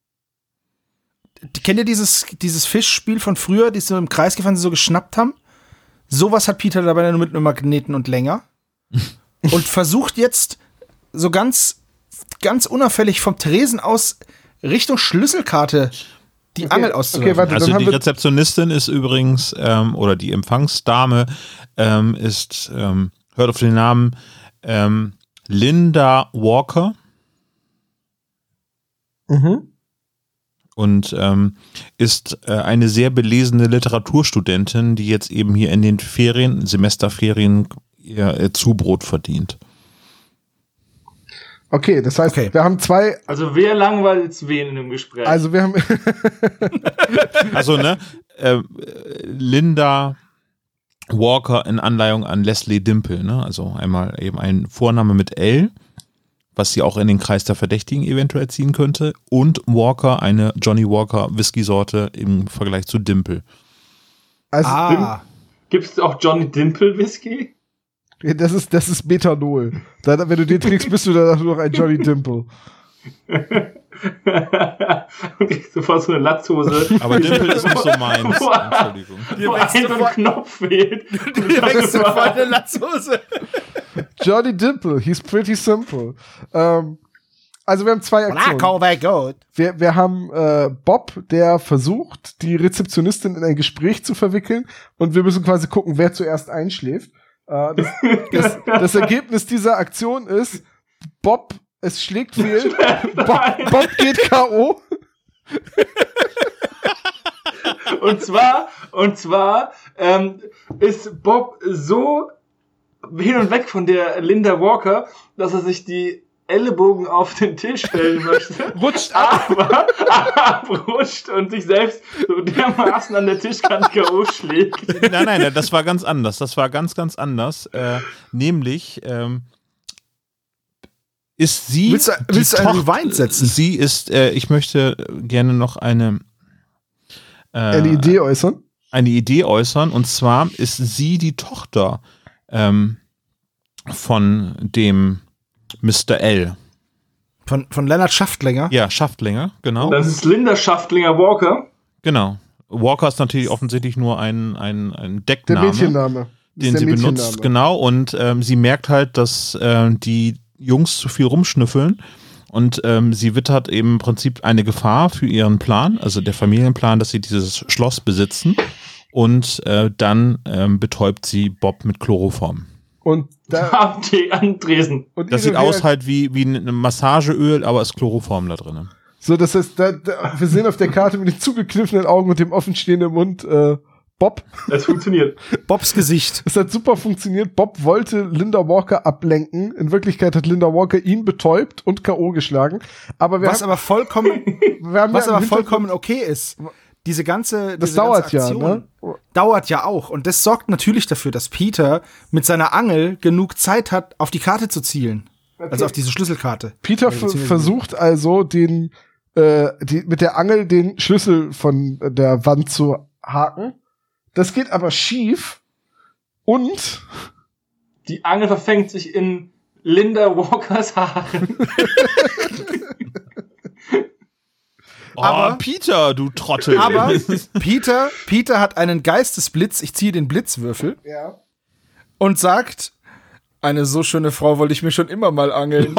Kennt ihr dieses Fischspiel von früher, die so im Kreis gefahren sind, so geschnappt haben? Sowas hat Peter dabei nur mit einem Magneten und länger. Und versucht jetzt so ganz, ganz unauffällig vom Tresen aus Richtung Schlüsselkarte die Angel auszuwerfen. Okay, warte, also die Rezeptionistin ist übrigens, oder die Empfangsdame ist, hört auf den Namen, Linda Walker. Mhm. Und ist eine sehr belesene Literaturstudentin, die jetzt eben hier in den Semesterferien ihr Zubrot verdient. Okay, das heißt, wir haben zwei. Also wer langweilt jetzt wen in dem Gespräch? Also wir haben. Also Linda Walker in Anleihung an Leslie Dimple, ne? Also einmal eben ein Vorname mit L, was sie auch in den Kreis der Verdächtigen eventuell ziehen könnte, und Walker, eine Johnny Walker Whisky-Sorte im Vergleich zu Dimple. Also gibt es auch Johnny Dimple Whisky? Das ist Methanol. Wenn du den trinkst, bist du danach nur noch ein Johnny Dimple. Und kriegst sofort so eine Latzhose. Aber Dimple ist nicht so meins. Entschuldigung. Wo ein so ein Knopf fehlt. Dir wächst sofort eine Latzhose. Johnny Dimple, he's pretty simple. Also wir haben zwei Aktionen. Wir haben Bob, der versucht, die Rezeptionistin in ein Gespräch zu verwickeln, und wir müssen quasi gucken, wer zuerst einschläft. Das Ergebnis dieser Aktion ist, Bob, es schlägt fehl, Bob geht K.O. Und zwar ist Bob so hin und weg von der Linda Walker, dass er sich die Ellenbogen auf den Tisch stellen möchte. Rutscht ab. Aber abrutscht und sich selbst so dermaßen an der Tischkante K.O. schlägt. Nein, das war ganz anders. Das war ganz, ganz anders. Nämlich ist sie. Willst du einen Rewind setzen? Sie ist, ich möchte gerne noch eine Idee äußern. Eine Idee äußern, und zwar ist sie die Tochter von dem Mr. L. Von Lennart Schaftlinger? Ja, Schaftlinger, genau. Das ist Linda Schaftlinger Walker. Genau. Walker ist natürlich offensichtlich nur ein Deckname. Der Mädchenname. Den sie benutzt, genau. Und sie merkt halt, dass die Jungs zu viel rumschnüffeln. Und sie wittert eben im Prinzip eine Gefahr für ihren Plan, also der Familienplan, dass sie dieses Schloss besitzen. Und dann betäubt sie Bob mit Chloroform. Und da am Tresen. Das sieht aus halt wie ein Massageöl, aber ist Chloroform da drin. So, das heißt, wir sehen auf der Karte mit den zugekniffenen Augen und dem offenstehenden Mund Bob. Das funktioniert. Bobs Gesicht. Es hat super funktioniert. Bob wollte Linda Walker ablenken. In Wirklichkeit hat Linda Walker ihn betäubt und K.O. geschlagen. Aber Was aber vollkommen vollkommen okay ist. Diese ganze dauert ja, Aktion ne? dauert ja auch. Und das sorgt natürlich dafür, dass Peter mit seiner Angel genug Zeit hat, auf die Karte zu zielen. Okay. Also auf diese Schlüsselkarte. Peter versucht also mit der Angel den Schlüssel von der Wand zu haken. Das geht aber schief und die Angel verfängt sich in Linda Walkers Haaren. Aber Peter, du Trottel. Aber Peter hat einen Geistesblitz. Ich ziehe den Blitzwürfel. Ja. Und sagt, eine so schöne Frau wollte ich mir schon immer mal angeln.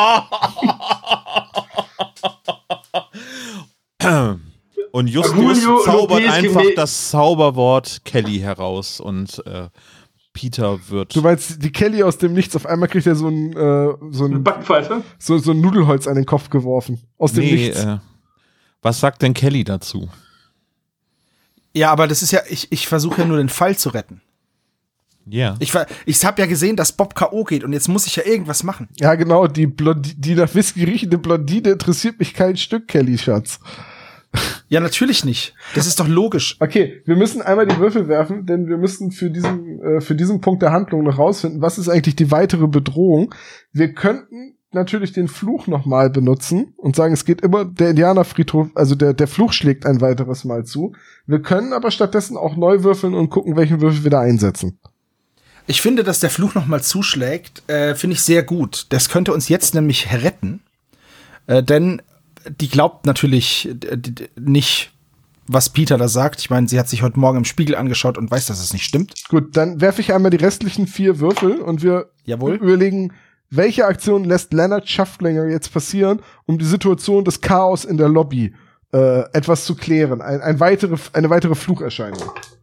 Und Justus Julio zaubert Lopez einfach Geme- das Zauberwort Kelly heraus und Peter wird. Du meinst, die Kelly aus dem Nichts, auf einmal kriegt er so ein Backpfeife. so ein Nudelholz an den Kopf geworfen. Aus dem Nichts. Was sagt denn Kelly dazu? Ja, aber das ist ja, ich versuche ja nur den Fall zu retten. Ja. Ich habe ja gesehen, dass Bob K.O. geht und jetzt muss ich ja irgendwas machen. Ja, genau, die nach Whisky riechende Blondine interessiert mich kein Stück, Kelly, Schatz. Ja, natürlich nicht. Das ist doch logisch. Okay, wir müssen einmal die Würfel werfen, denn wir müssen für diesen Punkt der Handlung noch rausfinden, was ist eigentlich die weitere Bedrohung. Wir könnten natürlich den Fluch nochmal benutzen und sagen, es geht immer, der Indianerfriedhof, also der Fluch schlägt ein weiteres Mal zu. Wir können aber stattdessen auch neu würfeln und gucken, welchen Würfel wir da einsetzen. Ich finde, dass der Fluch nochmal zuschlägt, finde ich sehr gut. Das könnte uns jetzt nämlich retten, denn die glaubt natürlich nicht, was Peter da sagt. Ich meine, sie hat sich heute Morgen im Spiegel angeschaut und weiß, dass es nicht stimmt. Gut, dann werfe ich einmal die restlichen 4 Würfel und wir überlegen, welche Aktion lässt Leonard Schafflänger jetzt passieren, um die Situation des Chaos in der Lobby etwas zu klären. Eine weitere Flucherscheinung.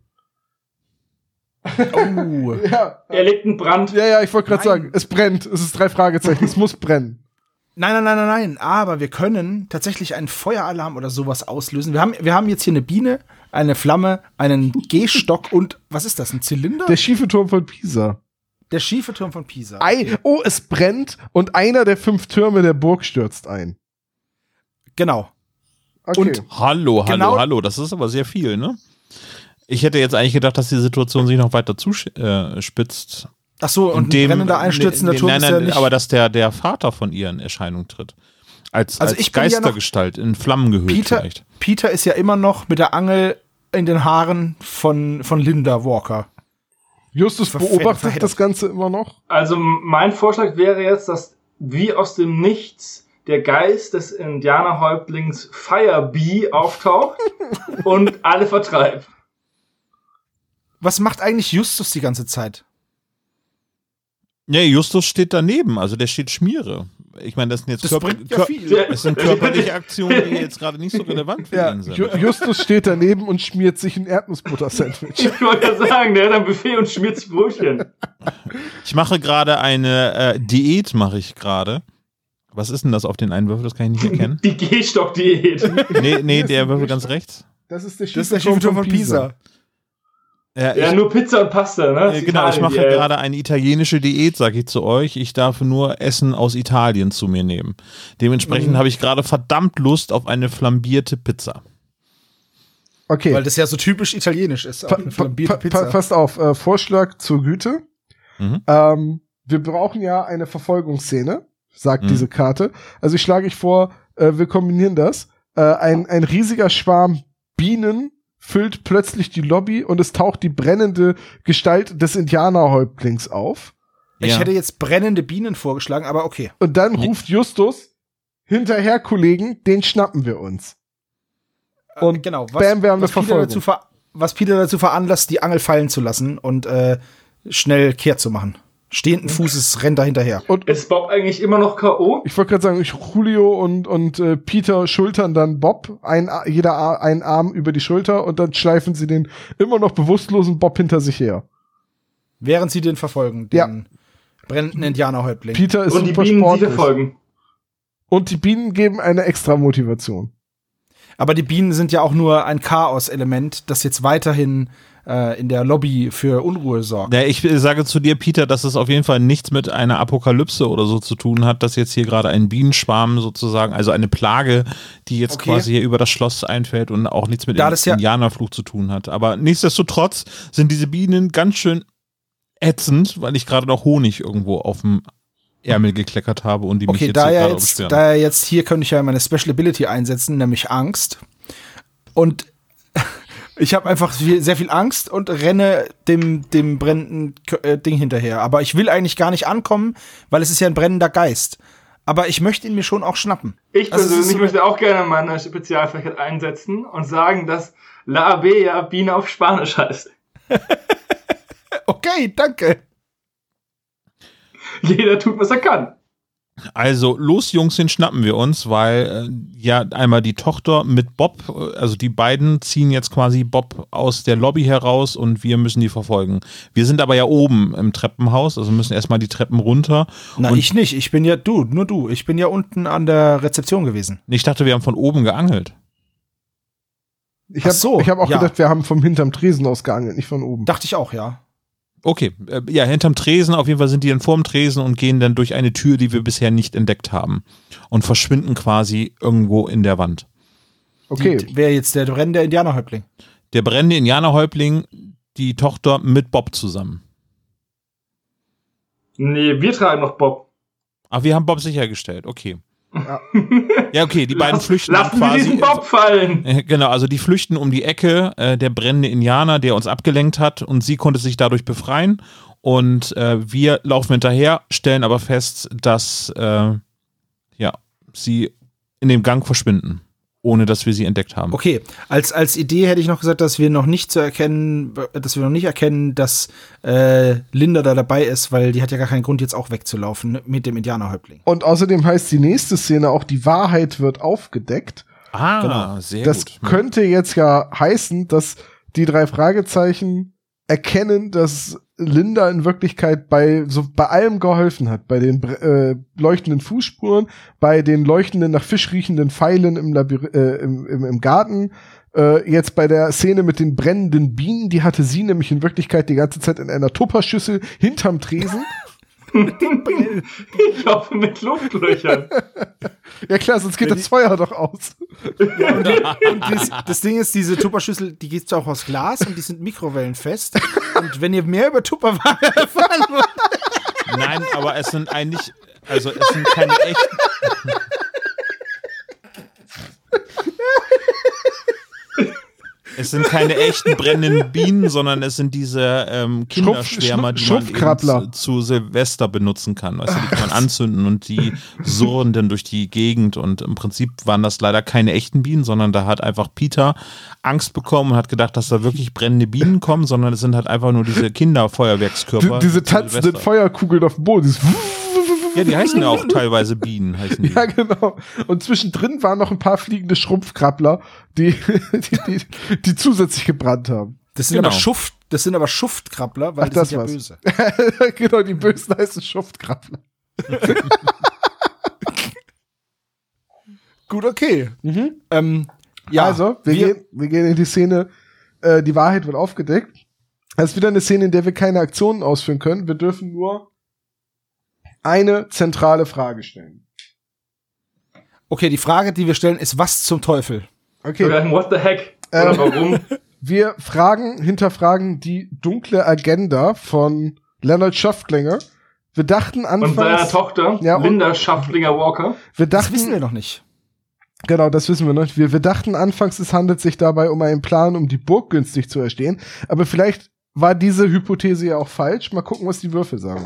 Oh. Ja. Er legt einen Brand. Ja, ich wollte gerade sagen, es brennt. Es ist 3 Fragezeichen. Es muss brennen. Nein. Aber wir können tatsächlich einen Feueralarm oder sowas auslösen. Wir haben jetzt hier eine Biene, eine Flamme, einen Gehstock und, was ist das, ein Zylinder? Der schiefe Turm von Pisa. Der schiefe Turm von Pisa. Es brennt und einer der 5 Türme der Burg stürzt ein. Genau. Okay. Und Hallo, das ist aber sehr viel, ne? Ich hätte jetzt eigentlich gedacht, dass die Situation sich noch weiter zuspitzt. Ach so, und ein brennender einstürzender Turm ist ja nicht... aber dass der Vater von ihr in Erscheinung tritt. Als ich bin ja Geistergestalt, in Flammen gehüllt vielleicht. Peter ist ja immer noch mit der Angel in den Haaren von Linda Walker. Justus beobachtet das Ganze immer noch. Also mein Vorschlag wäre jetzt, dass wie aus dem Nichts der Geist des Indianerhäuptlings Firebee auftaucht und alle vertreibt. Was macht eigentlich Justus die ganze Zeit? Nee, Justus steht daneben, also der steht Schmiere. Ich meine, das sind jetzt das sind körperliche Aktionen, die jetzt gerade nicht so relevant für ihn sind. Justus steht daneben und schmiert sich ein Erdnussbutter-Sandwich. Ich wollte ja sagen, der hat ein Buffet und schmiert sich Brötchen. Ich mache gerade eine Diät, Was ist denn das auf den einen Würfel? Das kann ich nicht erkennen. Die Gehstock-Diät. Nee, der Würfel ganz rechts. Das ist der schiefe Turm von Pisa. Ja, nur Pizza und Pasta, ne? Genau, ich mache gerade eine italienische Diät, sage ich zu euch. Ich darf nur Essen aus Italien zu mir nehmen. Dementsprechend habe ich gerade verdammt Lust auf eine flambierte Pizza. Okay. Weil das ja so typisch italienisch ist. Auch eine flambierte Pizza. Passt auf, Vorschlag zur Güte. Wir brauchen ja eine Verfolgungsszene, sagt diese Karte. Also ich schlage vor, wir kombinieren das. Ein riesiger Schwarm Bienen füllt plötzlich die Lobby und es taucht die brennende Gestalt des Indianerhäuptlings auf. Ich hätte jetzt brennende Bienen vorgeschlagen, aber okay. Und dann ruft Justus, hinterher, Kollegen, den schnappen wir uns. Und genau, wir haben eine Verfolgung. Was Peter dazu veranlasst, die Angel fallen zu lassen und schnell kehrt zu machen. Stehenden Fußes rennt er hinterher. Und ist Bob eigentlich immer noch K.O.? Ich wollte gerade sagen, Julio und Peter schultern dann Bob, jeder einen Arm über die Schulter und dann schleifen sie den immer noch bewusstlosen Bob hinter sich her. Während sie den verfolgen, den brennenden Indianerhäuptling. Peter ist und die super Bienen sportlich. sie verfolgen. Und die Bienen geben eine extra Motivation. Aber die Bienen sind ja auch nur ein Chaos-Element, das jetzt weiterhin in der Lobby für Unruhe sorgt. Ja, ich sage zu dir, Peter, dass es auf jeden Fall nichts mit einer Apokalypse oder so zu tun hat, dass jetzt hier gerade ein Bienenschwarm sozusagen, also eine Plage, die jetzt quasi hier über das Schloss einfällt und auch nichts mit dem Indianerfluch zu tun hat. Aber nichtsdestotrotz sind diese Bienen ganz schön ätzend, weil ich gerade noch Honig irgendwo auf dem Ärmel gekleckert habe und die mich jetzt hier gerade umstören. Da jetzt hier könnte ich ja meine Special Ability einsetzen, nämlich Angst. Und ich habe einfach sehr viel Angst und renne dem brennenden Ding hinterher. Aber ich will eigentlich gar nicht ankommen, weil es ist ja ein brennender Geist. Aber ich möchte ihn mir schon auch schnappen. Ich persönlich möchte auch gerne meine Spezialfähigkeit einsetzen und sagen, dass La Abella Biene auf Spanisch heißt. Okay, danke. Jeder tut, was er kann. Also, los Jungs, den schnappen wir uns, weil ja einmal die Tochter mit Bob, also die beiden ziehen jetzt quasi Bob aus der Lobby heraus und wir müssen die verfolgen. Wir sind aber ja oben im Treppenhaus, also müssen erstmal die Treppen runter. Na, ich nicht, ich bin ja nur du. Ich bin ja unten an der Rezeption gewesen. Ich dachte, wir haben von oben geangelt. Ich habe auch gedacht, wir haben vom hinterm Tresen aus geangelt, nicht von oben. Dachte ich auch, ja. Okay, ja, hinterm Tresen, auf jeden Fall sind die dann vorm Tresen und gehen dann durch eine Tür, die wir bisher nicht entdeckt haben und verschwinden quasi irgendwo in der Wand. Okay. Wer jetzt der brennende Indianerhäuptling? Der brennende Indianerhäuptling, die Tochter mit Bob zusammen. Nee, wir tragen noch Bob. Ach, wir haben Bob sichergestellt, okay. Ja, okay, die beiden flüchten lassen quasi. Lassen diesen Bob fallen! Genau, also die flüchten um die Ecke, der brennende Indianer, der uns abgelenkt hat und sie konnte sich dadurch befreien und wir laufen hinterher, stellen aber fest, dass sie in dem Gang verschwinden, ohne dass wir sie entdeckt haben. Okay, als Idee hätte ich noch gesagt, dass wir noch nicht erkennen, dass Linda da dabei ist, weil die hat ja gar keinen Grund, jetzt auch wegzulaufen mit dem Indianerhäuptling. Und außerdem heißt die nächste Szene auch, die Wahrheit wird aufgedeckt. Genau. Sehr das gut. Das könnte jetzt ja heißen, dass die 3 Fragezeichen erkennen, dass Linda in Wirklichkeit bei allem geholfen hat. Bei den leuchtenden Fußspuren, bei den leuchtenden nach Fisch riechenden Pfeilen im Garten. Jetzt bei der Szene mit den brennenden Bienen, die hatte sie nämlich in Wirklichkeit die ganze Zeit in einer Tupperschüssel hinterm Tresen. Ich hoffe mit Luftlöchern. Ja klar, sonst geht das Feuer doch aus. Ja, und das Ding ist, diese Tupperschüssel, die geht auch aus Glas und die sind mikrowellenfest. Und wenn ihr mehr über Tupperware erfahren wollt. Nein, aber es sind eigentlich, also es sind keine echten. Es sind keine echten brennenden Bienen, sondern es sind diese Kinderschwärmer, die man zu Silvester benutzen kann. Also die kann man anzünden und die surren dann durch die Gegend. Und im Prinzip waren das leider keine echten Bienen, sondern da hat einfach Peter Angst bekommen und hat gedacht, dass da wirklich brennende Bienen kommen, sondern es sind halt einfach nur diese Kinderfeuerwerkskörper. Diese tanzenden Feuerkugeln auf dem Boden. Ja, die heißen ja auch teilweise Bienen. Heißen die. Ja, genau. Und zwischendrin waren noch ein paar fliegende Schrumpfkrabbler, die zusätzlich gebrannt haben. Das sind aber Schuftkrabbler, weil das sind ja böse. Genau, die Bösen heißen Schuftkrabbler. Gut, okay. Ja, also, wir gehen in die Szene, die Wahrheit wird aufgedeckt. Das ist wieder eine Szene, in der wir keine Aktionen ausführen können. Wir dürfen nur eine zentrale Frage stellen. Okay, die Frage, die wir stellen, ist, was zum Teufel? Okay. What the heck? Oder warum? Wir hinterfragen die dunkle Agenda von Leonard Schaftlinger. Wir dachten anfangs... Und seiner Tochter, Linda Schaftlinger-Walker. Das wissen wir noch nicht. Genau, das wissen wir noch nicht. Wir dachten anfangs, es handelt sich dabei um einen Plan, um die Burg günstig zu erstehen. Aber vielleicht war diese Hypothese ja auch falsch. Mal gucken, was die Würfel sagen.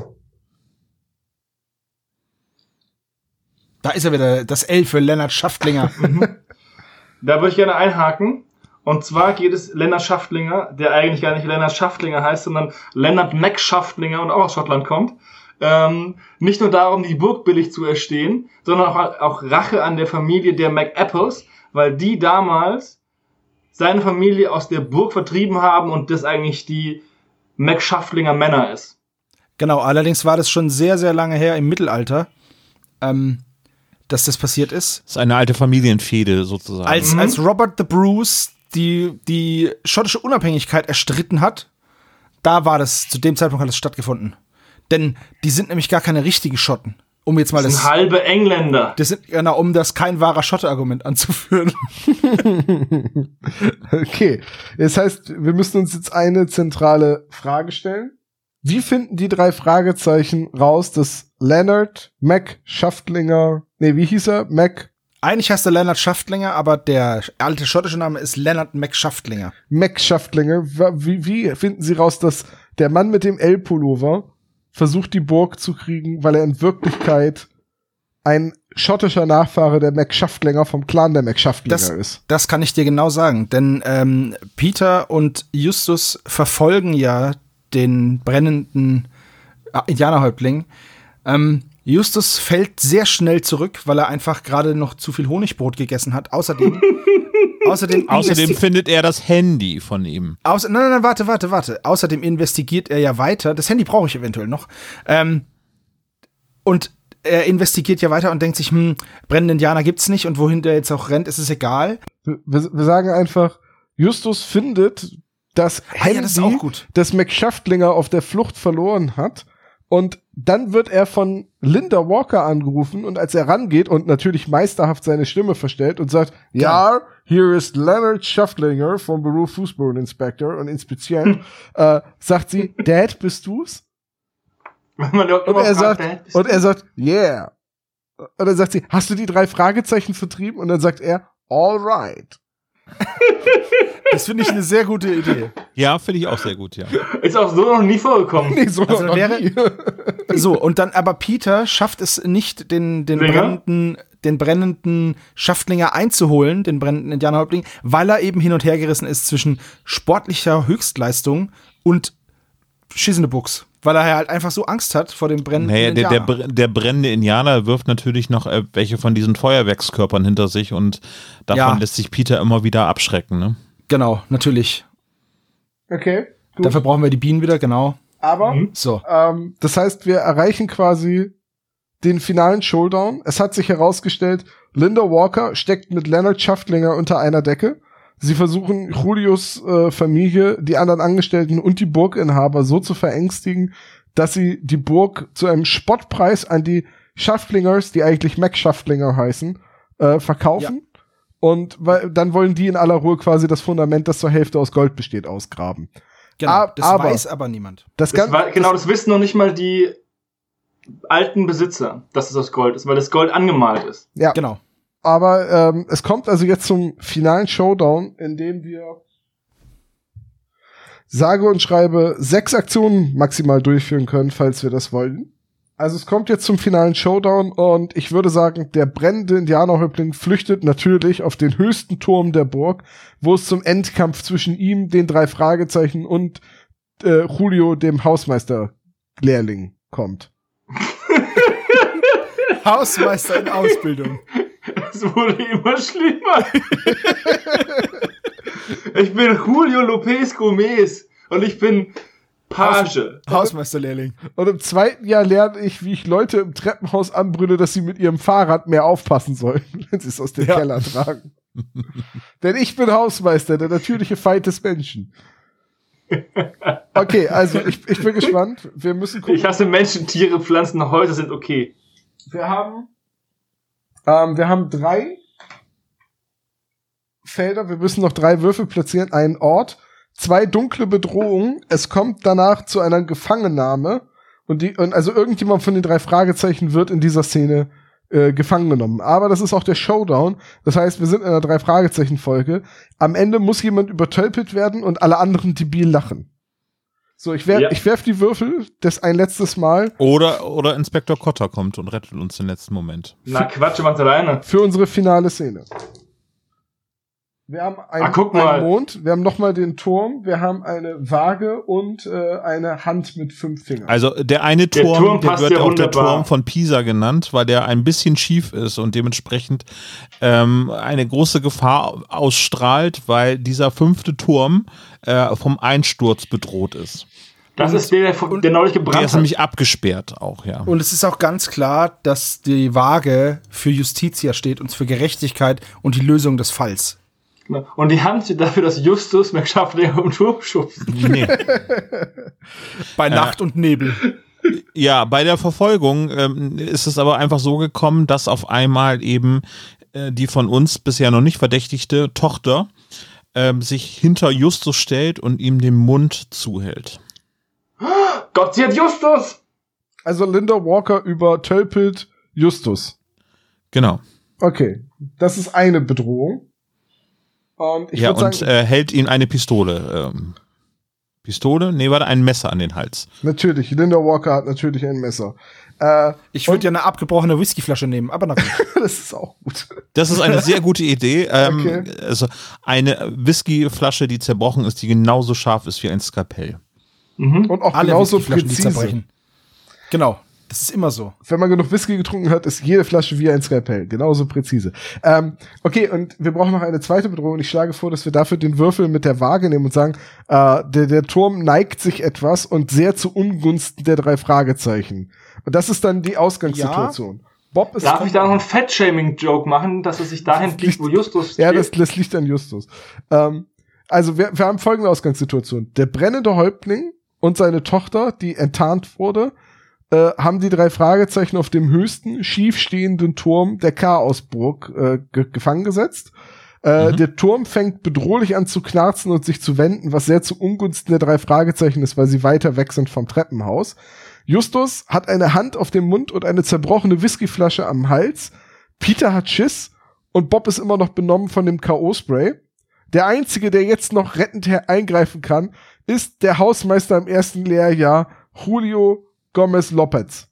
Da ist er wieder, das L für Lennart Schaftlinger. Da würde ich gerne einhaken. Und zwar geht es Lennart Schaftlinger, der eigentlich gar nicht Lennart Schaftlinger heißt, sondern Lennart Mac Schaftlinger und auch aus Schottland kommt. Nicht nur darum, die Burg billig zu erstehen, sondern auch Rache an der Familie der McApples, weil die damals seine Familie aus der Burg vertrieben haben und das eigentlich die Mac-Schaftlinger Männer ist. Genau, allerdings war das schon sehr, sehr lange her im Mittelalter. dass das passiert ist. Das ist eine alte Familienfehde sozusagen. Als Robert the Bruce die schottische Unabhängigkeit erstritten hat, zu dem Zeitpunkt hat es stattgefunden. Denn die sind nämlich gar keine richtigen Schotten. Um jetzt mal das sind halbe Engländer. Um das kein wahrer Schotte-Argument anzuführen. Okay, das heißt, wir müssen uns jetzt eine zentrale Frage stellen. Wie finden die 3 Fragezeichen raus, dass Leonard McSchaftlinger, wie hieß er? Eigentlich heißt er Leonard Schaftlinger, aber der alte schottische Name ist Leonard McSchaftlinger. McSchaftlinger. Wie finden sie raus, dass der Mann mit dem L-Pullover versucht, die Burg zu kriegen, weil er in Wirklichkeit ein schottischer Nachfahre der McSchaftlinger vom Clan der McSchaftlinger ist? Das kann ich dir genau sagen, denn Peter und Justus verfolgen ja den brennenden Indianerhäuptling. Justus fällt sehr schnell zurück, weil er einfach gerade noch zu viel Honigbrot gegessen hat. Außerdem findet er das Handy von ihm. Nein, warte. Außerdem investigiert er ja weiter. Das Handy brauche ich eventuell noch. Und er investigiert ja weiter und denkt sich, brennende Indianer gibt's nicht und wohin der jetzt auch rennt, ist es egal. Wir sagen einfach, Justus findet das Handy, das ist auch gut, das McSchaftlinger auf der Flucht verloren hat. Und dann wird er von Linda Walker angerufen und als er rangeht und natürlich meisterhaft seine Stimme verstellt und sagt, ja, hier ist Leonard Schaftlinger vom Beruf Fußbodeninspektor und Inspizient, sagt sie, Dad, bist du's? Und er sagt, yeah. Und dann sagt sie, hast du die 3 Fragezeichen vertrieben? Und dann sagt er, all right. Das finde ich eine sehr gute Idee. Ja, finde ich auch sehr gut, ja. Ist auch so noch nie vorgekommen. Nee, so noch nie. So, und dann, aber Peter schafft es nicht, den brennenden Schaftlinger einzuholen, den brennenden Indianerhäuptling, weil er eben hin und her gerissen ist zwischen sportlicher Höchstleistung und schissende Buchs. Weil er halt einfach so Angst hat vor dem brennenden Indianer. Der brennende Indianer wirft natürlich noch welche von diesen Feuerwerkskörpern hinter sich und davon lässt sich Peter immer wieder abschrecken, ne? Genau, natürlich. Okay, gut. Dafür brauchen wir die Bienen wieder, genau. Aber, das heißt, wir erreichen quasi den finalen Showdown. Es hat sich herausgestellt, Linda Walker steckt mit Leonard Schaftlinger unter einer Decke. Sie versuchen, Julius Familie, die anderen Angestellten und die Burginhaber so zu verängstigen, dass sie die Burg zu einem Spottpreis an die Schaftlingers, die eigentlich McSchaftlinger heißen, verkaufen. Ja. Und dann wollen die in aller Ruhe quasi das Fundament, das zur Hälfte aus Gold besteht, ausgraben. Genau, das weiß aber niemand. Das wissen noch nicht mal die alten Besitzer, dass es aus Gold ist, weil das Gold angemalt ist. Ja, genau. Aber es kommt also jetzt zum finalen Showdown, in dem wir sage und schreibe 6 Aktionen maximal durchführen können, falls wir das wollen. Also es kommt jetzt zum finalen Showdown und ich würde sagen, der brennende Indianerhäuptling flüchtet natürlich auf den höchsten Turm der Burg, wo es zum Endkampf zwischen ihm, den 3 Fragezeichen und Julio, dem Hausmeister-Lehrling, kommt. Hausmeister in Ausbildung. Es wurde immer schlimmer. Ich bin Julio Lopez Gomez und ich bin Page. Hausmeisterlehrling. Und im 2. Jahr lerne ich, wie ich Leute im Treppenhaus anbrülle, dass sie mit ihrem Fahrrad mehr aufpassen sollen, wenn sie es aus dem Keller tragen. Denn ich bin Hausmeister, der natürliche Feind des Menschen. Okay, also ich bin gespannt. Wir müssen gucken. Ich hasse Menschen, Tiere, Pflanzen, Häuser sind okay. Wir haben 3 Felder. Wir müssen noch 3 Würfel platzieren. Einen Ort. 2 dunkle Bedrohungen. Es kommt danach zu einer Gefangennahme. Und also irgendjemand von den 3 Fragezeichen wird in dieser Szene gefangen genommen. Aber das ist auch der Showdown. Das heißt, wir sind in einer 3 Fragezeichen-Folge. Am Ende muss jemand übertölpelt werden und alle anderen debil lachen. So, ich werf die Würfel, das ein letztes Mal. Oder Inspektor Cotter kommt und rettet uns den letzten Moment. Na Quatsch, macht alleine. Für unsere finale Szene. Wir haben einen Mond, wir haben nochmal den Turm, wir haben eine Waage und eine Hand mit 5 Fingern. Also der eine Turm, der wird auch der Turm von Pisa genannt, weil der ein bisschen schief ist und dementsprechend eine große Gefahr ausstrahlt, weil dieser 5. Turm vom Einsturz bedroht ist. Das ist der neulich gebrannt Der hat. ist nämlich abgesperrt auch, ja. Und es ist auch ganz klar, dass die Waage für Justitia steht und für Gerechtigkeit und die Lösung des Falls. Und die Hand steht dafür, dass Justus McShuffler um Turm schubst. Nee. Bei Nacht und Nebel. Ja, bei der Verfolgung ist es aber einfach so gekommen, dass auf einmal eben die von uns bisher noch nicht verdächtigte Tochter sich hinter Justus stellt und ihm den Mund zuhält. Gott, sie hat Justus! Also Linda Walker übertölpelt Justus. Genau. Okay, das ist eine Bedrohung. Und ich Ja, würde und sagen, hält ihm eine Pistole. Pistole? Nee, warte, ein Messer an den Hals. natürlich, Linda Walker hat natürlich ein Messer. Ich würde ja eine abgebrochene Whiskyflasche nehmen, aber na gut. Das ist auch gut. Das ist eine sehr gute Idee. Okay. Also eine Whiskyflasche, die zerbrochen ist, die genauso scharf ist wie ein Skalpell. Und auch Alle genauso Whiskyflaschen, die präzise. zerbrechen. Genau, das ist immer so. Wenn man genug Whisky getrunken hat, ist jede Flasche wie ein Skalpell. Genauso präzise. Okay, und wir brauchen noch eine zweite Bedrohung. Ich schlage vor, dass wir dafür den Würfel mit der Waage nehmen und sagen, der Turm neigt sich etwas und sehr zu Ungunsten der 3 Fragezeichen. Und das ist dann die Ausgangssituation. Bob ist Darf ich da noch einen Fat-Shaming-Joke machen, dass es sich dahin fliegt, wo Justus steht? Ja, das liegt an Justus. Also wir haben folgende Ausgangssituation. Der brennende Häuptling und seine Tochter, die enttarnt wurde, haben die 3 Fragezeichen auf dem höchsten, schiefstehenden Turm der Chaosburg gefangen gesetzt. Der Turm fängt bedrohlich an zu knarzen und sich zu wenden, was sehr zu Ungunsten der 3 Fragezeichen ist, weil sie weiter weg sind vom Treppenhaus. Justus hat eine Hand auf dem Mund und eine zerbrochene Whiskyflasche am Hals. Peter hat Schiss und Bob ist immer noch benommen von dem K.O.-Spray. Der Einzige, der jetzt noch rettend eingreifen kann, ist der Hausmeister im ersten Lehrjahr, Julio Gomez Lopez.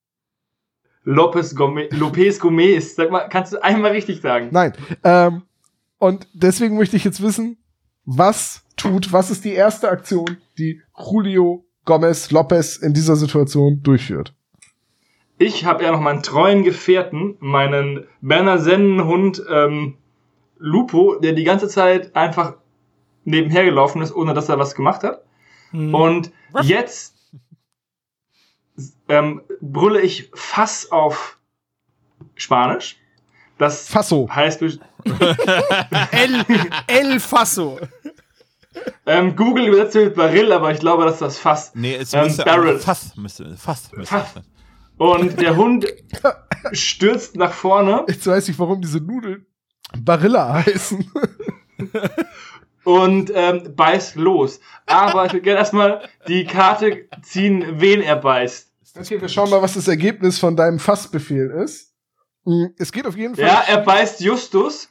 Lopez Gomez. Sag mal, kannst du einmal richtig sagen? Nein. Und deswegen möchte ich jetzt wissen, was ist die erste Aktion, die Julio Gomez Lopez in dieser Situation durchführt? Ich habe ja noch meinen treuen Gefährten, meinen Berner Sennenhund Lupo, der die ganze Zeit einfach nebenher gelaufen ist, ohne dass er was gemacht hat. Und jetzt brülle ich Fass auf Spanisch. Das Fasso. heißt El Faso. Google übersetzt mit Baril, aber ich glaube, dass das Fass. Nee, es müsste Barrel. Fass. Fass. Und der Hund stürzt nach vorne Jetzt weiß ich, warum diese Nudeln Barilla heißen. und beißt los. Aber ich will gerne erstmal die Karte ziehen, wen er beißt. Okay, wir schauen mal, was das Ergebnis von deinem Fassbefehl ist. Es geht auf jeden Fall. Ja, er beißt Justus.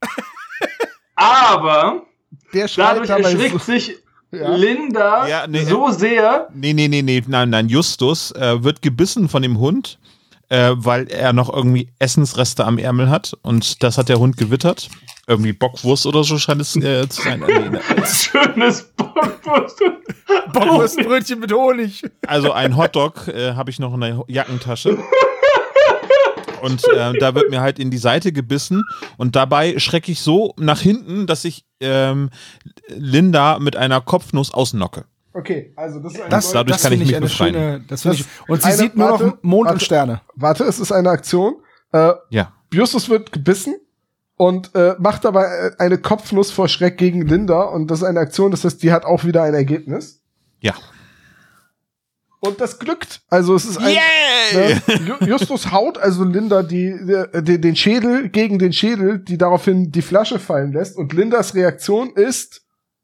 Aber Der schreit dadurch dabei erschrickt so- sich Ja. Linda Ja, nee, so sehr. Nein, Justus wird gebissen von dem Hund, weil er noch irgendwie Essensreste am Ärmel hat und das hat der Hund gewittert. Irgendwie Bockwurst oder so scheint es zu sein. Schönes Bockwurst. Bockwurstbrötchen mit Honig. Also ein Hotdog habe ich noch in der Jackentasche. Und da wird mir halt in die Seite gebissen und dabei schrecke ich so nach hinten, dass ich Linda mit einer Kopfnuss ausnocke. Okay, also das ist eine Dadurch kann ich finde mich eine befreien. schöne. Das finde Das- ich. Und sie eine- sieht nur warte, noch Mond warte. und Sterne. Warte, es ist eine Aktion. Ja. Justus wird gebissen und macht dabei eine Kopfnuss vor Schreck gegen Linda. Und das ist eine Aktion, das heißt, die hat auch wieder ein Ergebnis. Ja. Und das glückt. Also es ist ein Justus haut also Linda den Schädel gegen den Schädel, die daraufhin die Flasche fallen lässt. Und Lindas Reaktion ist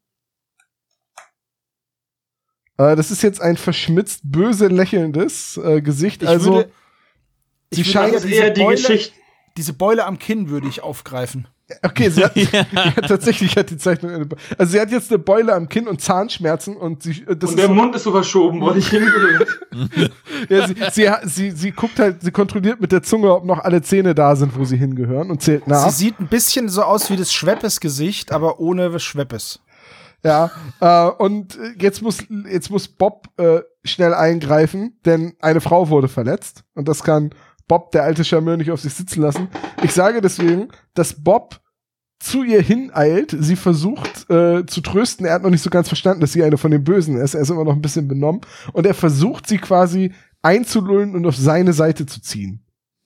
das ist jetzt ein verschmitzt böse lächelndes Gesicht. Ich also würde sie Das scheint ist eher die Geschichte. Diese Beule am Kinn würde ich aufgreifen. Okay, sie hat, ja, tatsächlich hat die Zeichnung also sie hat jetzt eine Beule am Kinn und Zahnschmerzen und sie das Und der Mund ist so verschoben, wurde ich hingehört. ja, sie guckt halt, sie kontrolliert mit der Zunge, ob noch alle Zähne da sind, wo sie hingehören und zählt nach. Sie sieht ein bisschen so aus wie das Schweppes-Gesicht, aber ohne Schweppes. Ja, und jetzt muss Bob schnell eingreifen, denn eine Frau wurde verletzt und das kann Bob, der alte Charmeur, nicht auf sich sitzen lassen. Ich sage deswegen, dass Bob zu ihr hineilt, sie versucht zu trösten. Er hat noch nicht so ganz verstanden, dass sie eine von den Bösen ist. Er ist immer noch ein bisschen benommen. Und er versucht, sie quasi einzulullen und auf seine Seite zu ziehen.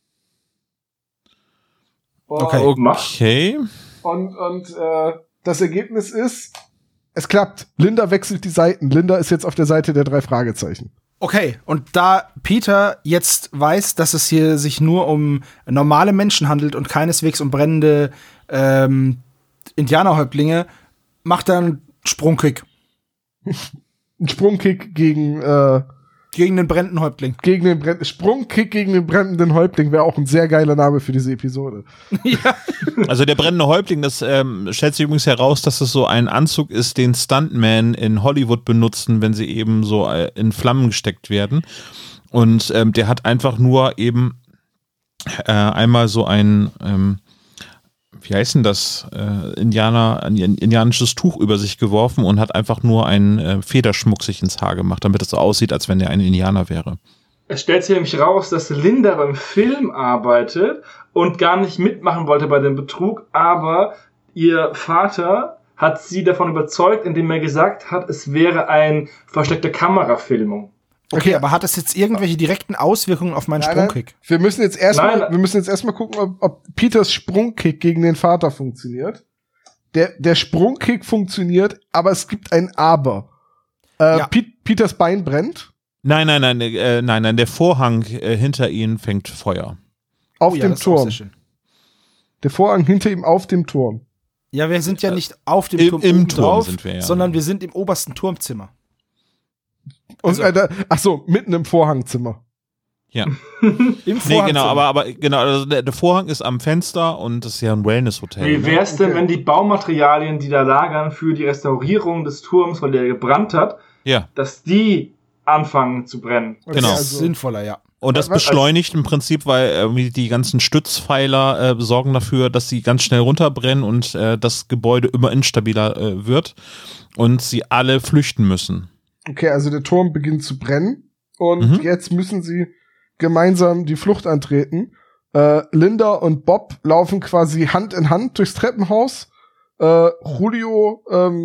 Okay. Und das Ergebnis ist, es klappt. Linda wechselt die Seiten. Linda ist jetzt auf der Seite der 3 Fragezeichen. Okay, und da Peter jetzt weiß, dass es hier sich nur um normale Menschen handelt und keineswegs um brennende Indianerhäuptlinge, macht er einen Sprungkick. Ein Sprungkick gegen den brennenden Häuptling. Sprungkick gegen den brennenden Häuptling wäre auch ein sehr geiler Name für diese Episode. Ja. Also der brennende Häuptling, das stellt sich übrigens heraus, dass es so ein Anzug ist, den Stuntmen in Hollywood benutzen, wenn sie eben so in Flammen gesteckt werden. Und der hat einfach nur eben einmal so ein wie heißt denn das, ein indianisches Tuch über sich geworfen und hat einfach nur einen Federschmuck sich ins Haar gemacht, damit es so aussieht, als wenn er ein Indianer wäre. Es stellt sich nämlich raus, dass Linda beim Film arbeitet und gar nicht mitmachen wollte bei dem Betrug, aber ihr Vater hat sie davon überzeugt, indem er gesagt hat, es wäre eine versteckte Kamerafilmung. Okay, aber hat das jetzt irgendwelche direkten Auswirkungen auf meinen Sprungkick? Wir müssen jetzt erstmal gucken, ob Peters Sprungkick gegen den Vater funktioniert. Der Sprungkick funktioniert, aber es gibt ein Aber. Peters Bein brennt. Nein, der Vorhang hinter ihnen fängt Feuer. Auf dem Turm. Der Vorhang hinter ihm auf dem Turm. Ja, wir sind ja nicht auf dem Turm im Turm drauf, sind wir, ja. sondern wir sind im obersten Turmzimmer. Und mitten im Vorhangzimmer. Ja. Im Vorhangzimmer. Aber also der Vorhang ist am Fenster und das ist ja ein Wellness-Hotel. Wie wär's denn, wenn die Baumaterialien, die da lagern für die Restaurierung des Turms, weil der gebrannt hat, dass die anfangen zu brennen? Genau. Das ist sinnvoller, ja. Und das beschleunigt im Prinzip, weil irgendwie die ganzen Stützpfeiler sorgen dafür, dass sie ganz schnell runterbrennen und das Gebäude immer instabiler wird und sie alle flüchten müssen. Okay, also der Turm beginnt zu brennen und jetzt müssen sie gemeinsam die Flucht antreten. Linda und Bob laufen quasi Hand in Hand durchs Treppenhaus. Julio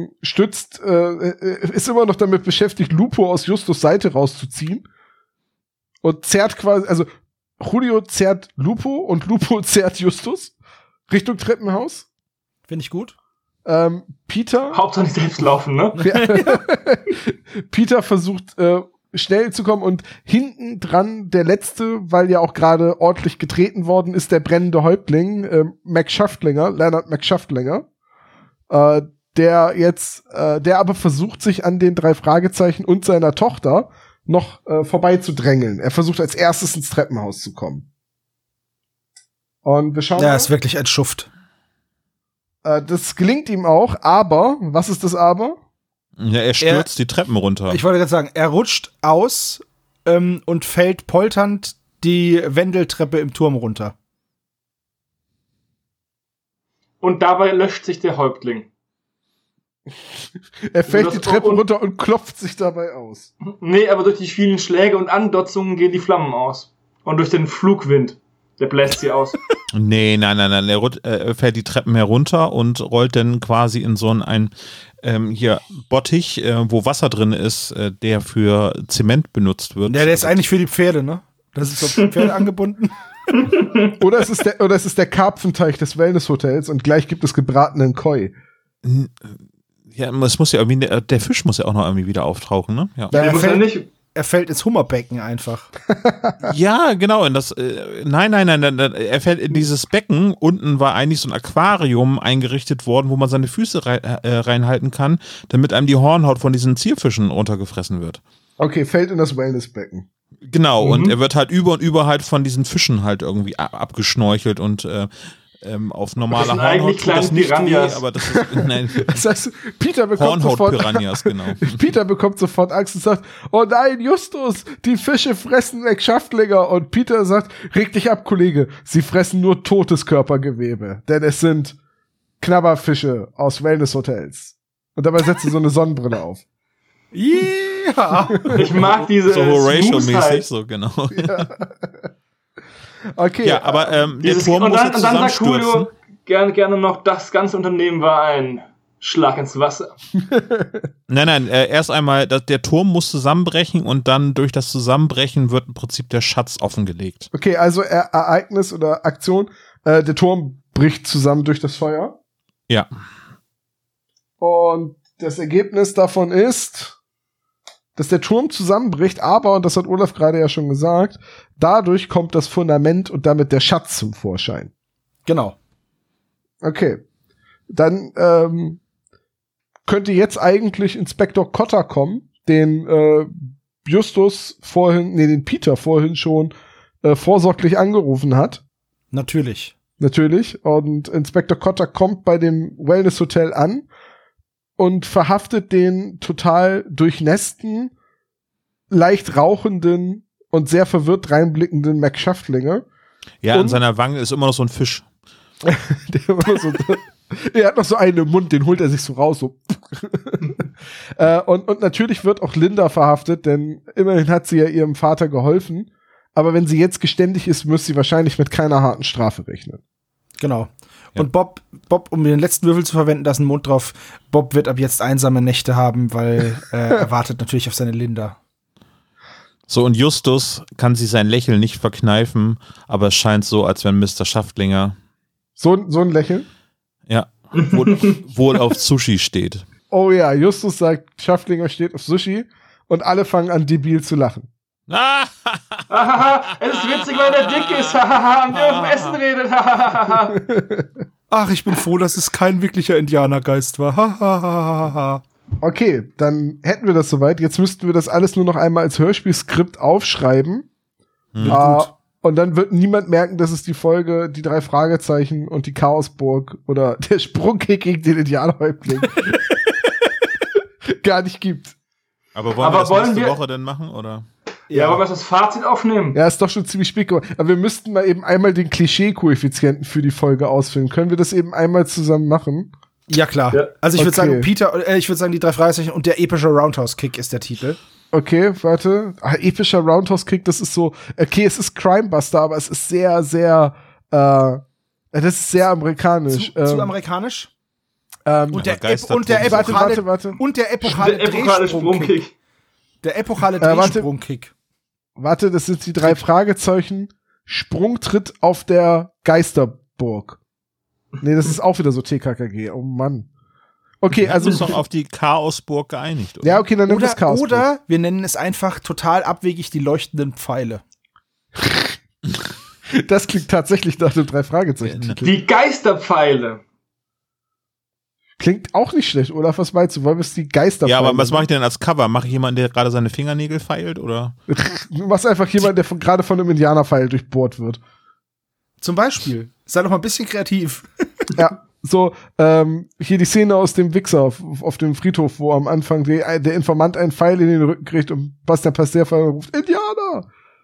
ist immer noch damit beschäftigt, Lupo aus Justus Seite rauszuziehen und zerrt quasi, also Julio zerrt Lupo und Lupo zerrt Justus Richtung Treppenhaus. Finde ich gut. Peter. Hauptsache nicht selbst laufen, ne? Peter versucht schnell zu kommen und hinten dran der letzte, weil ja auch gerade ordentlich getreten worden ist, der brennende Häuptling, Leonard McSchaftlinger, der aber versucht, sich an den 3 Fragezeichen und seiner Tochter noch vorbeizudrängeln. Er versucht als erstes ins Treppenhaus zu kommen. Und wir schauen mal. Ja, ist wirklich ein Schuft. Das gelingt ihm auch, aber, was ist das Aber? Ja, er stürzt die Treppen runter. Ich wollte gerade sagen, er rutscht aus und fällt polternd die Wendeltreppe im Turm runter. Und dabei löscht sich der Häuptling. Er fällt die Treppe runter und klopft sich dabei aus. Nee, aber durch die vielen Schläge und Andotzungen gehen die Flammen aus. Und durch den Flugwind. Der bläst sie aus. Nein. Er fährt die Treppen herunter und rollt dann quasi in so ein Bottich, wo Wasser drin ist, der für Zement benutzt wird. Ja, der ist eigentlich für die Pferde, ne? Das ist auf die Pferde angebunden. Oder es ist der Karpfenteich des Wellness-Hotels und gleich gibt es gebratenen Koi. Ja, es muss ja irgendwie, der Fisch muss ja auch noch irgendwie wieder auftauchen, ne? Ja. Er fällt ins Hummerbecken einfach. Ja, genau. Nein. Er fällt in dieses Becken. Unten war eigentlich so ein Aquarium eingerichtet worden, wo man seine Füße reinhalten kann, damit einem die Hornhaut von diesen Zierfischen runtergefressen wird. Okay, fällt in das Wellnessbecken. Genau, und er wird halt über und über halt von diesen Fischen halt irgendwie abgeschnorchelt und auf normaler Hornhaut tut das nicht weh, aber das ist das heißt, Peter bekommt Hornhaut-Piranhas, genau. Peter bekommt sofort Angst und sagt, oh nein, Justus, die Fische fressen McSchaftlinger. Und Peter sagt, reg dich ab, Kollege, sie fressen nur totes Körpergewebe, denn es sind Knabberfische aus Wellness-Hotels. Und dabei setzt er so eine Sonnenbrille auf. Ja. Ich mag diese so Horatio-mäßig, so genau. Ja. Okay. Ja, aber der Turm muss jetzt zusammenstürzen. gerne noch, das ganze Unternehmen war ein Schlag ins Wasser. Nein, erst einmal, der Turm muss zusammenbrechen und dann durch das Zusammenbrechen wird im Prinzip der Schatz offengelegt. Okay, also Ereignis oder Aktion. Der Turm bricht zusammen durch das Feuer. Ja. Und das Ergebnis davon ist, dass der Turm zusammenbricht, aber, und das hat Olaf gerade ja schon gesagt, dadurch kommt das Fundament und damit der Schatz zum Vorschein. Genau. Okay. Dann könnte jetzt eigentlich Inspektor Cotter kommen, den den Peter vorhin schon vorsorglich angerufen hat. Natürlich. Und Inspektor Cotter kommt bei dem Wellness-Hotel an und verhaftet den total durchnässten, leicht rauchenden und sehr verwirrt reinblickenden Mac Schaftlinge. Ja, an seiner Wange ist immer noch so ein Fisch. Er hat noch so einen im Mund, den holt er sich so raus. So. Und natürlich wird auch Linda verhaftet, denn immerhin hat sie ja ihrem Vater geholfen. Aber wenn sie jetzt geständig ist, muss sie wahrscheinlich mit keiner harten Strafe rechnen. Genau. Ja. Und Bob, um den letzten Würfel zu verwenden, da ist ein Mond drauf. Bob wird ab jetzt einsame Nächte haben, weil er wartet natürlich auf seine Linda. So, und Justus kann sich sein Lächeln nicht verkneifen, aber es scheint so, als wenn Mr. Schaftlinger So ein Lächeln? ja wohl auf Sushi steht. Oh ja, Justus sagt, Schaftlinger steht auf Sushi und alle fangen an, debil zu lachen. Hahaha, es ist witzig, weil der dick ist. Hahaha, und der auf Essen redet. Hahaha. Ach, ich bin froh, dass es kein wirklicher Indianergeist war. Hahaha. Okay, dann hätten wir das soweit. Jetzt müssten wir das alles nur noch einmal als Hörspielskript aufschreiben. Gut. Und dann wird niemand merken, dass es die Folge, die 3 Fragezeichen und die Chaosburg oder der Sprungkick gegen den Indianerhäuptling gar nicht gibt. Aber wollen wir das nächste Woche denn machen, oder? Ja, aber was das Fazit aufnehmen? Ja, ist doch schon ziemlich spät geworden. Aber wir müssten mal eben einmal den Klischee-Koeffizienten für die Folge ausfüllen. Können wir das eben einmal zusammen machen? Ja, klar. Ja. Also ich würde Okay. sagen, ich würde sagen, die 3 Fragezeichen und der epische Roundhouse-Kick ist der Titel. Okay, warte. Epischer Roundhouse-Kick, das ist so, okay, es ist Crimebuster, aber es ist sehr, sehr, das ist sehr amerikanisch. Zu amerikanisch? Und Der warte. epochale Epochale Drehsprungkick. Der epochale warte. Drehsprungkick. Warte, das sind die 3 Fragezeichen. Sprungtritt auf der Geisterburg. Nee, das ist auch wieder so TKKG. Oh Mann. Okay, Wir haben also. uns doch auf die Chaosburg geeinigt, oder? Ja, okay, dann nimm das Chaos. Oder wir nennen es einfach total abwegig die leuchtenden Pfeile. Das klingt tatsächlich nach dem 3 Fragezeichen. Die Geisterpfeile. Klingt auch nicht schlecht, Olaf, was meinst du? Wollen wir es die Geisterpfeile? Ja, aber was mache ich denn als Cover? Mache ich jemanden, der gerade seine Fingernägel feilt, oder? Du machst einfach jemanden, der gerade von einem Indianerpfeil durchbohrt wird. Zum Beispiel. Sei doch mal ein bisschen kreativ. Ja, so, hier die Szene aus dem Wichser auf dem Friedhof, wo am Anfang der Informant einen Pfeil in den Rücken kriegt und Bastian Pastewka ruft, Indianer!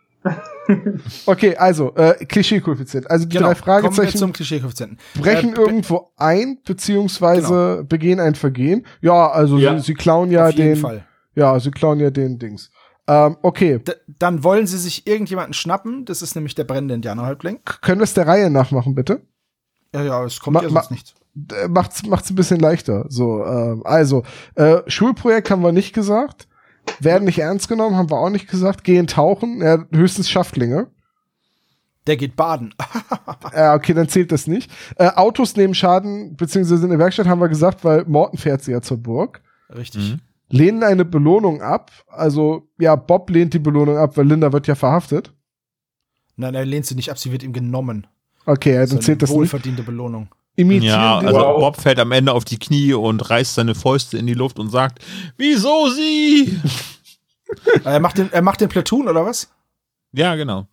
Okay, also, Klischee-Koeffizient. Also die 3 Kommen wir Fragezeichen zum Klischee-Koeffizienten. brechen irgendwo ein, beziehungsweise begehen ein Vergehen. Ja, also Ja. sie klauen ja Auf jeden den, Fall. ja, sie klauen ja den Dings. Okay, Dann wollen sie sich irgendjemanden schnappen. Das ist nämlich der brennende Indianerhäuptling. können wir es der Reihe nachmachen, bitte? Ja, es kommt Ma- ja sonst nichts. Macht's ein bisschen leichter. So, Schulprojekt haben wir nicht gesagt. Werden nicht ernst genommen, haben wir auch nicht gesagt. Gehen tauchen, ja, höchstens Schaftlinge. Der geht baden. Ja, okay, dann zählt das nicht. Autos nehmen Schaden, beziehungsweise in der Werkstatt haben wir gesagt, weil Morten fährt sie ja zur Burg. Richtig. Lehnen eine Belohnung ab. Also, ja, Bob lehnt die Belohnung ab, weil Linda wird ja verhaftet. Nein, er lehnt sie nicht ab, sie wird ihm genommen. Okay, ja, Das dann ist zählt eine das nicht. wohlverdiente Belohnung. Imitieren Ja, die- also Wow. Bob fällt am Ende auf die Knie und reißt seine Fäuste in die Luft und sagt, wieso sie? Er macht den Platoon, oder was? Ja, genau.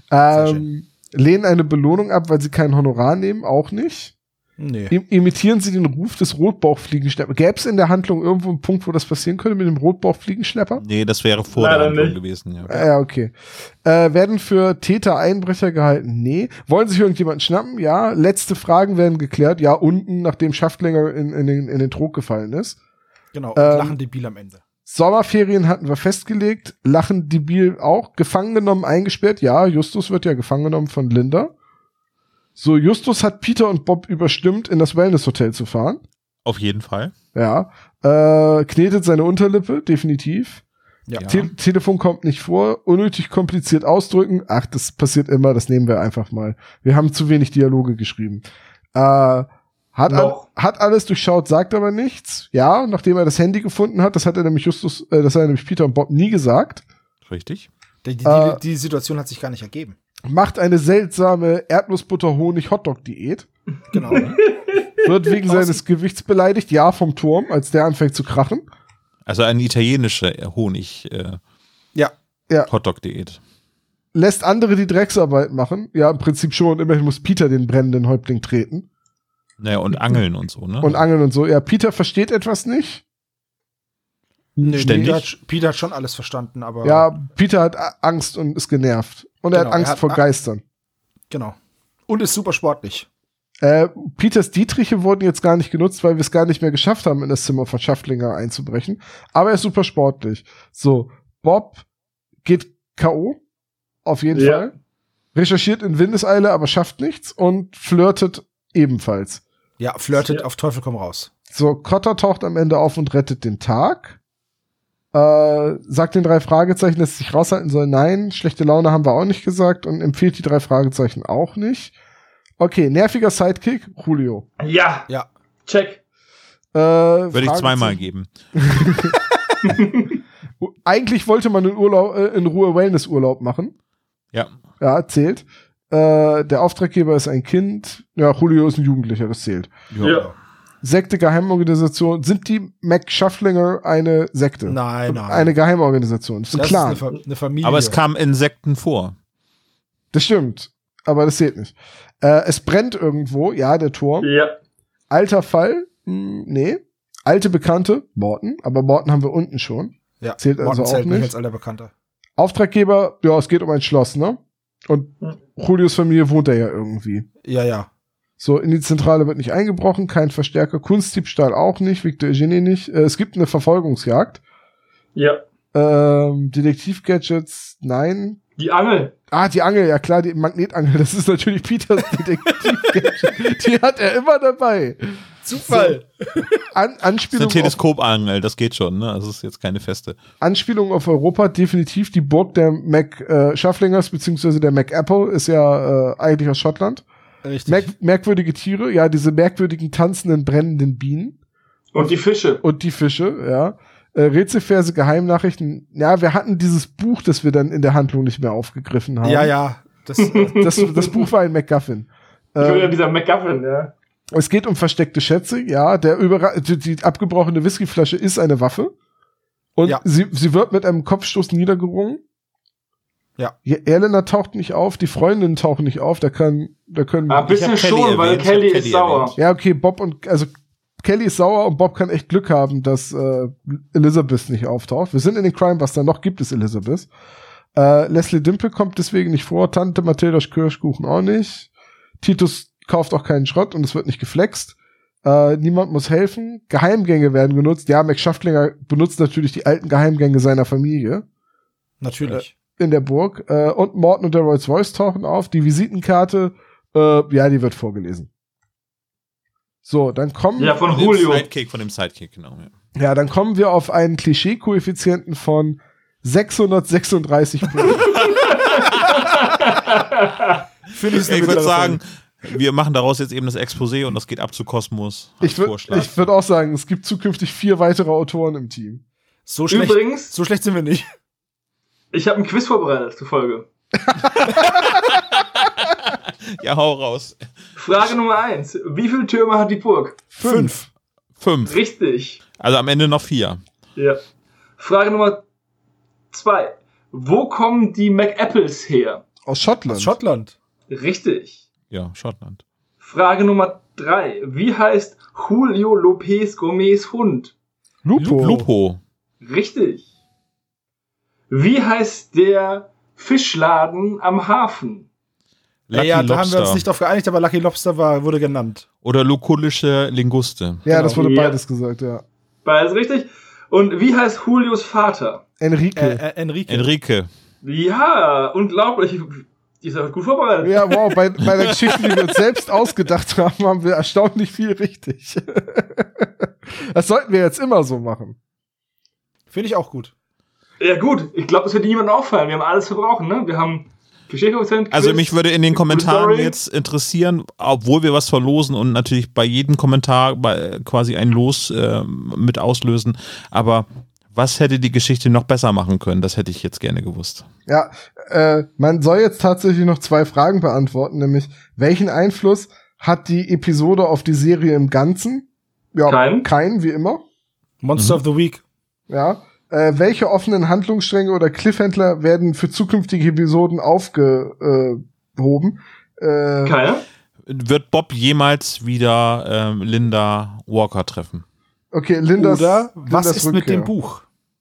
lehnen eine Belohnung ab, weil sie kein Honorar nehmen, auch nicht. Nee. Imitieren sie den Ruf des Rotbauchfliegenschleppers. Gäbe es in der Handlung irgendwo einen Punkt, wo das passieren könnte mit dem Rotbauchfliegenschlepper? Nee, das wäre vor Leider der Handlung nicht. gewesen. Ja. Ja, okay. Werden für Täter Einbrecher gehalten? Nee. Wollen sich irgendjemanden schnappen? Ja. Letzte Fragen werden geklärt. Ja, unten, nachdem Schaftlänger in den Trog gefallen ist. Genau, und lachen debil am Ende. Sommerferien hatten wir festgelegt. Lachen debil auch. Gefangen genommen, eingesperrt. Ja, Justus wird ja gefangen genommen von Linda. So, Justus hat Peter und Bob überstimmt, in das Wellness-Hotel zu fahren. Auf jeden Fall. Ja. Knetet seine Unterlippe, definitiv. Ja. Telefon kommt nicht vor. Unnötig kompliziert ausdrücken. Ach, das passiert immer, das nehmen wir einfach mal. Wir haben zu wenig Dialoge geschrieben. Hat alles durchschaut, sagt aber nichts. Ja, nachdem er das Handy gefunden hat, das hat er nämlich Peter und Bob nie gesagt. Richtig. Die Situation hat sich gar nicht ergeben. Macht eine seltsame Erdnussbutter-Honig-Hotdog-Diät. Genau. Wird wegen seines Gewichts beleidigt. Ja, vom Turm, als der anfängt zu krachen. Also eine italienische Honig Ja. Hotdog-Diät. Lässt andere die Drecksarbeit machen. Ja, im Prinzip schon. Immerhin muss Peter den brennenden Häuptling treten. Naja, und angeln und so, ne? Und angeln und so. Ja, Peter versteht etwas nicht. Nee, Ständig? Peter hat schon alles verstanden, aber. Ja, Peter hat Angst und ist genervt. Und er hat Genau, Angst vor Geistern. Genau. Und ist super sportlich. Peters Dietriche wurden jetzt gar nicht genutzt, weil wir es gar nicht mehr geschafft haben, in das Zimmer von Schafflinger einzubrechen. Aber er ist super sportlich. So, Bob geht K.O. Auf jeden Fall. Recherchiert in Windeseile, aber schafft nichts. Und flirtet ebenfalls. Ja, flirtet auf Teufel komm raus. So, Cotter taucht am Ende auf und rettet den Tag. Sagt den 3 Fragezeichen, dass sie sich raushalten soll. Nein, schlechte Laune haben wir auch nicht gesagt und empfiehlt die 3 Fragezeichen auch nicht. Okay, nerviger Sidekick, Julio. Ja. Ja. Check. Würde ich 2-mal geben. Eigentlich wollte man in Ruhe Wellnessurlaub machen. Ja. Ja, zählt. Der Auftraggeber ist ein Kind. Ja, Julio ist ein Jugendlicher, das zählt. Ja. Sekte, Geheimorganisation. Sind die McSchafflinger eine Sekte? Nein. Eine Geheimorganisation. Das ist ein Clan. Ist eine Familie. Aber es kamen Insekten vor. Das stimmt. Aber das zählt nicht. Es brennt irgendwo. Ja, der Turm. Ja. Alter Fall. Nee. Alte Bekannte. Morton. Aber Morton haben wir unten schon. Ja. Zählt also Morton auch zählt nicht. als alter Bekannter. Auftraggeber. Ja, es geht um ein Schloss, ne? Und Julius Familie wohnt er ja irgendwie. Ja. So, in die Zentrale wird nicht eingebrochen, kein Verstärker, Kunstdiebstahl auch nicht, Victor Eugenie nicht. Es gibt eine Verfolgungsjagd. Ja. Detektiv-Gadgets, nein. Die Angel. Die Angel, ja klar, die Magnetangel, das ist natürlich Peters Detektiv-Gadget. Die hat er immer dabei. Zufall. So. Anspielung eine Teleskopangel, das geht schon, ne? Das ist jetzt keine feste. Anspielung auf Europa, definitiv. Die Burg der Schafflingers, beziehungsweise der McApple, ist ja eigentlich aus Schottland. Richtig. Merkwürdige Tiere, ja, diese merkwürdigen, tanzenden, brennenden Bienen. Und die Fische. Ja. Rätselverse, Geheimnachrichten. Ja, wir hatten dieses Buch, das wir dann in der Handlung nicht mehr aufgegriffen haben. Ja. Das Buch war ein MacGuffin. Dieser MacGuffin, ja. Es geht um versteckte Schätze, ja. Die abgebrochene Whiskyflasche ist eine Waffe. Und sie wird mit einem Kopfstoß niedergerungen. Ja. Elena taucht nicht auf, die Freundinnen tauchen nicht auf, da können. Ein bisschen schon, weil Kelly ist sauer. Ja, okay, Kelly ist sauer und Bob kann echt Glück haben, dass Elizabeth nicht auftaucht. Wir sind in den Crimebuster, noch gibt es Elizabeth. Leslie Dimple kommt deswegen nicht vor, Tante Mathildas Kirschkuchen auch nicht. Titus kauft auch keinen Schrott und es wird nicht geflext. Niemand muss helfen. Geheimgänge werden genutzt. Ja, McSchafflinger benutzt natürlich die alten Geheimgänge seiner Familie. Natürlich. In der Burg. Und Morton und der Rolls-Royce tauchen auf. Die Visitenkarte, die wird vorgelesen. So, dann kommen Ja, von Julio. Von dem Sidekick, genau. Ja, dann kommen wir auf einen Klischee-Koeffizienten von 636 Punkten. Ich würde sagen, wir machen daraus jetzt eben das Exposé und das geht ab zu Kosmos. Ich würde auch sagen, es gibt zukünftig 4 weitere Autoren im Team. So schlecht sind wir nicht. Ich habe ein Quiz vorbereitet zur Folge. Ja, hau raus. Frage Nummer 1. Wie viele Türme hat die Burg? 5. 5. Richtig. Also am Ende noch 4. Ja. Frage Nummer 2. Wo kommen die McApples her? Aus Schottland. Richtig. Ja, Schottland. Frage Nummer 3. Wie heißt Julio Lopez Gomez Hund? Lupo. Richtig. Wie heißt der Fischladen am Hafen? Lucky da Lobster. haben wir uns nicht drauf geeinigt, aber Lucky Lobster wurde genannt. Oder lukulische Linguste. Ja, das wurde Ja. beides gesagt, ja. Beides richtig. Und wie heißt Julios Vater? Enrique. Enrique. Enrique. Ja, unglaublich. Die ist ja gut vorbereitet. Ja, wow, bei der Geschichte, die wir uns selbst ausgedacht haben, haben wir erstaunlich viel richtig. Das sollten wir jetzt immer so machen. Finde ich auch gut. Ja gut, ich glaube, das wird niemandem auffallen. Wir haben alles verbrauchen, ne? Wir haben Klischee-Koeffizient. Also mich würde in den Kommentaren jetzt interessieren, obwohl wir was verlosen und natürlich bei jedem Kommentar quasi ein Los mit auslösen, aber was hätte die Geschichte noch besser machen können? Das hätte ich jetzt gerne gewusst. Ja, man soll jetzt tatsächlich noch 2 Fragen beantworten, nämlich welchen Einfluss hat die Episode auf die Serie im Ganzen? Ja, keinen, wie immer. Monster of the Week. Ja. Welche offenen Handlungsstränge oder Cliffhanger werden für zukünftige Episoden aufgehoben? Keine. Wird Bob jemals wieder Linda Walker treffen? Okay, Was Lindas ist Rückkehr. mit dem Buch?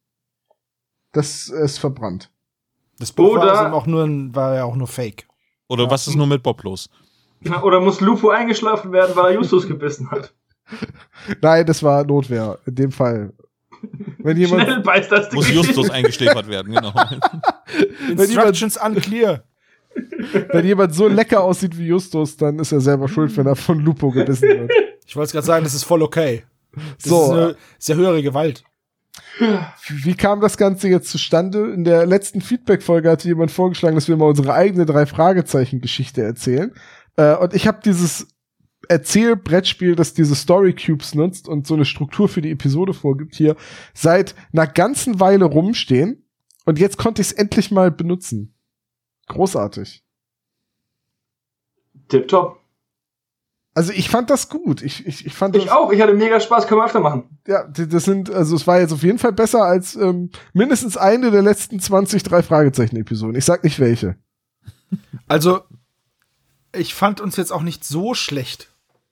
Das ist verbrannt. Das Buch Oder- war ja auch nur Fake. Oder was ist nur mit Bob los? Ja, oder muss Lupo eingeschlafen werden, weil er Justus gebissen hat? Nein, das war Notwehr. In dem Fall. Wenn Schnell jemand, beißt das Ding. Muss Justus eingeschläfert werden, genau. Instructions unclear. wenn jemand so lecker aussieht wie Justus, dann ist er selber schuld, wenn er von Lupo gebissen wird. Ich wollte gerade sagen, das ist voll okay. Das So. ist eine sehr höhere Gewalt. Wie kam das Ganze jetzt zustande? In der letzten Feedback-Folge hatte jemand vorgeschlagen, dass wir mal unsere eigene 3-Fragezeichen-Geschichte erzählen. Und ich habe dieses Erzählbrettspiel, das diese Story Cubes nutzt und so eine Struktur für die Episode vorgibt, hier seit einer ganzen Weile rumstehen. Und jetzt konnte ich es endlich mal benutzen. Großartig. Tipptopp. Also ich fand das gut. Ich fand das, Ich auch. Ich hatte mega Spaß. Können wir öfter machen. ja, das sind, also es war jetzt auf jeden Fall besser als mindestens eine der letzten 20 3-Fragezeichen-Episoden. Ich sag nicht welche. Also, ich fand uns jetzt auch nicht so schlecht.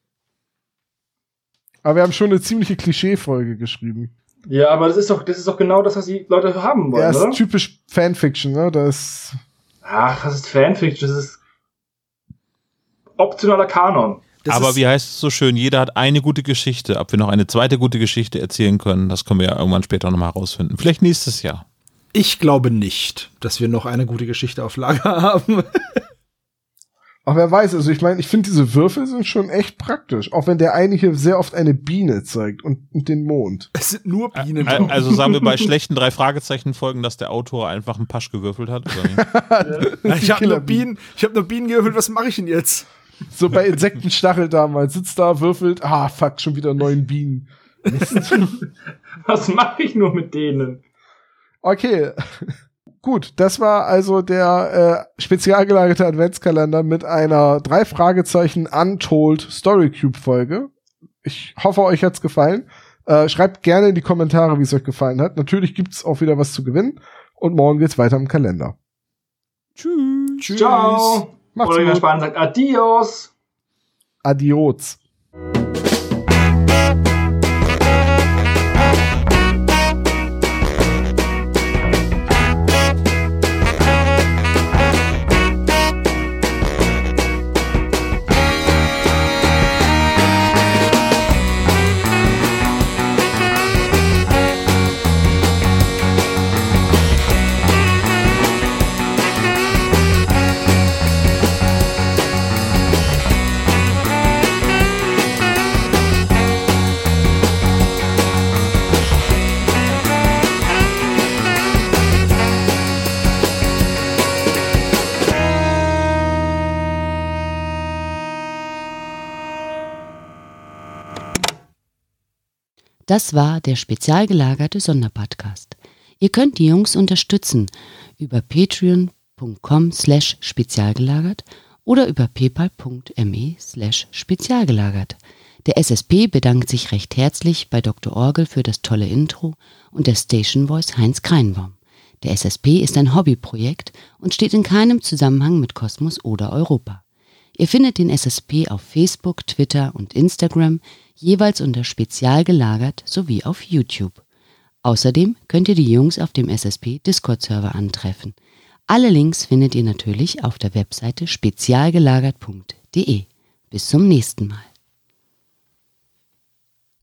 Aber wir haben schon eine ziemliche Klischee-Folge geschrieben. Ja, aber das ist doch genau das, was die Leute haben wollen, Ja, oder? ist typisch Fanfiction, ne? Das Ach, das ist Fanfiction. Das ist optionaler Kanon. Das Aber ist, wie heißt es so schön, jeder hat eine gute Geschichte. Ob wir noch eine zweite gute Geschichte erzählen können, das können wir ja irgendwann später nochmal herausfinden. Vielleicht nächstes Jahr. ich glaube nicht, dass wir noch eine gute Geschichte auf Lager haben. Auch wer weiß, also ich meine, ich finde diese Würfel sind schon echt praktisch. Auch wenn der eine hier sehr oft eine Biene zeigt und den Mond. Es sind nur Bienen. Also sagen wir bei schlechten 3-Fragezeichen-Folgen, dass der Autor einfach einen Pasch gewürfelt hat? Oder nicht? Ich habe nur Bienen gewürfelt, was mache ich denn jetzt? So bei Insektenstachel damals. Sitzt da, würfelt, fuck, schon wieder 9 Bienen. Mist. Was mache ich nur mit denen? Okay. Gut, das war also der spezial gelagerte Adventskalender mit einer 3-Fragezeichen Untold Story Cube Folge. Ich hoffe, euch hat's gefallen. Schreibt gerne in die Kommentare, wie es euch gefallen hat. Natürlich gibt's auch wieder was zu gewinnen. Und morgen geht's weiter im Kalender. Tschüss. Ciao. Macht's Oder wie man gut. Spanien sagt, adios. Adios. Das war der spezial gelagerte Sonderpodcast. Ihr könnt die Jungs unterstützen über patreon.com/spezialgelagert oder über paypal.me/spezialgelagert. Der SSP bedankt sich recht herzlich bei Dr. Orgel für das tolle Intro und der Station Voice Heinz Kreinbaum. Der SSP ist ein Hobbyprojekt und steht in keinem Zusammenhang mit Kosmos oder Europa. Ihr findet den SSP auf Facebook, Twitter und Instagram, jeweils unter Spezial gelagert sowie auf YouTube. Außerdem könnt ihr die Jungs auf dem SSP Discord-Server antreffen. Alle Links findet ihr natürlich auf der Webseite spezialgelagert.de. Bis zum nächsten Mal.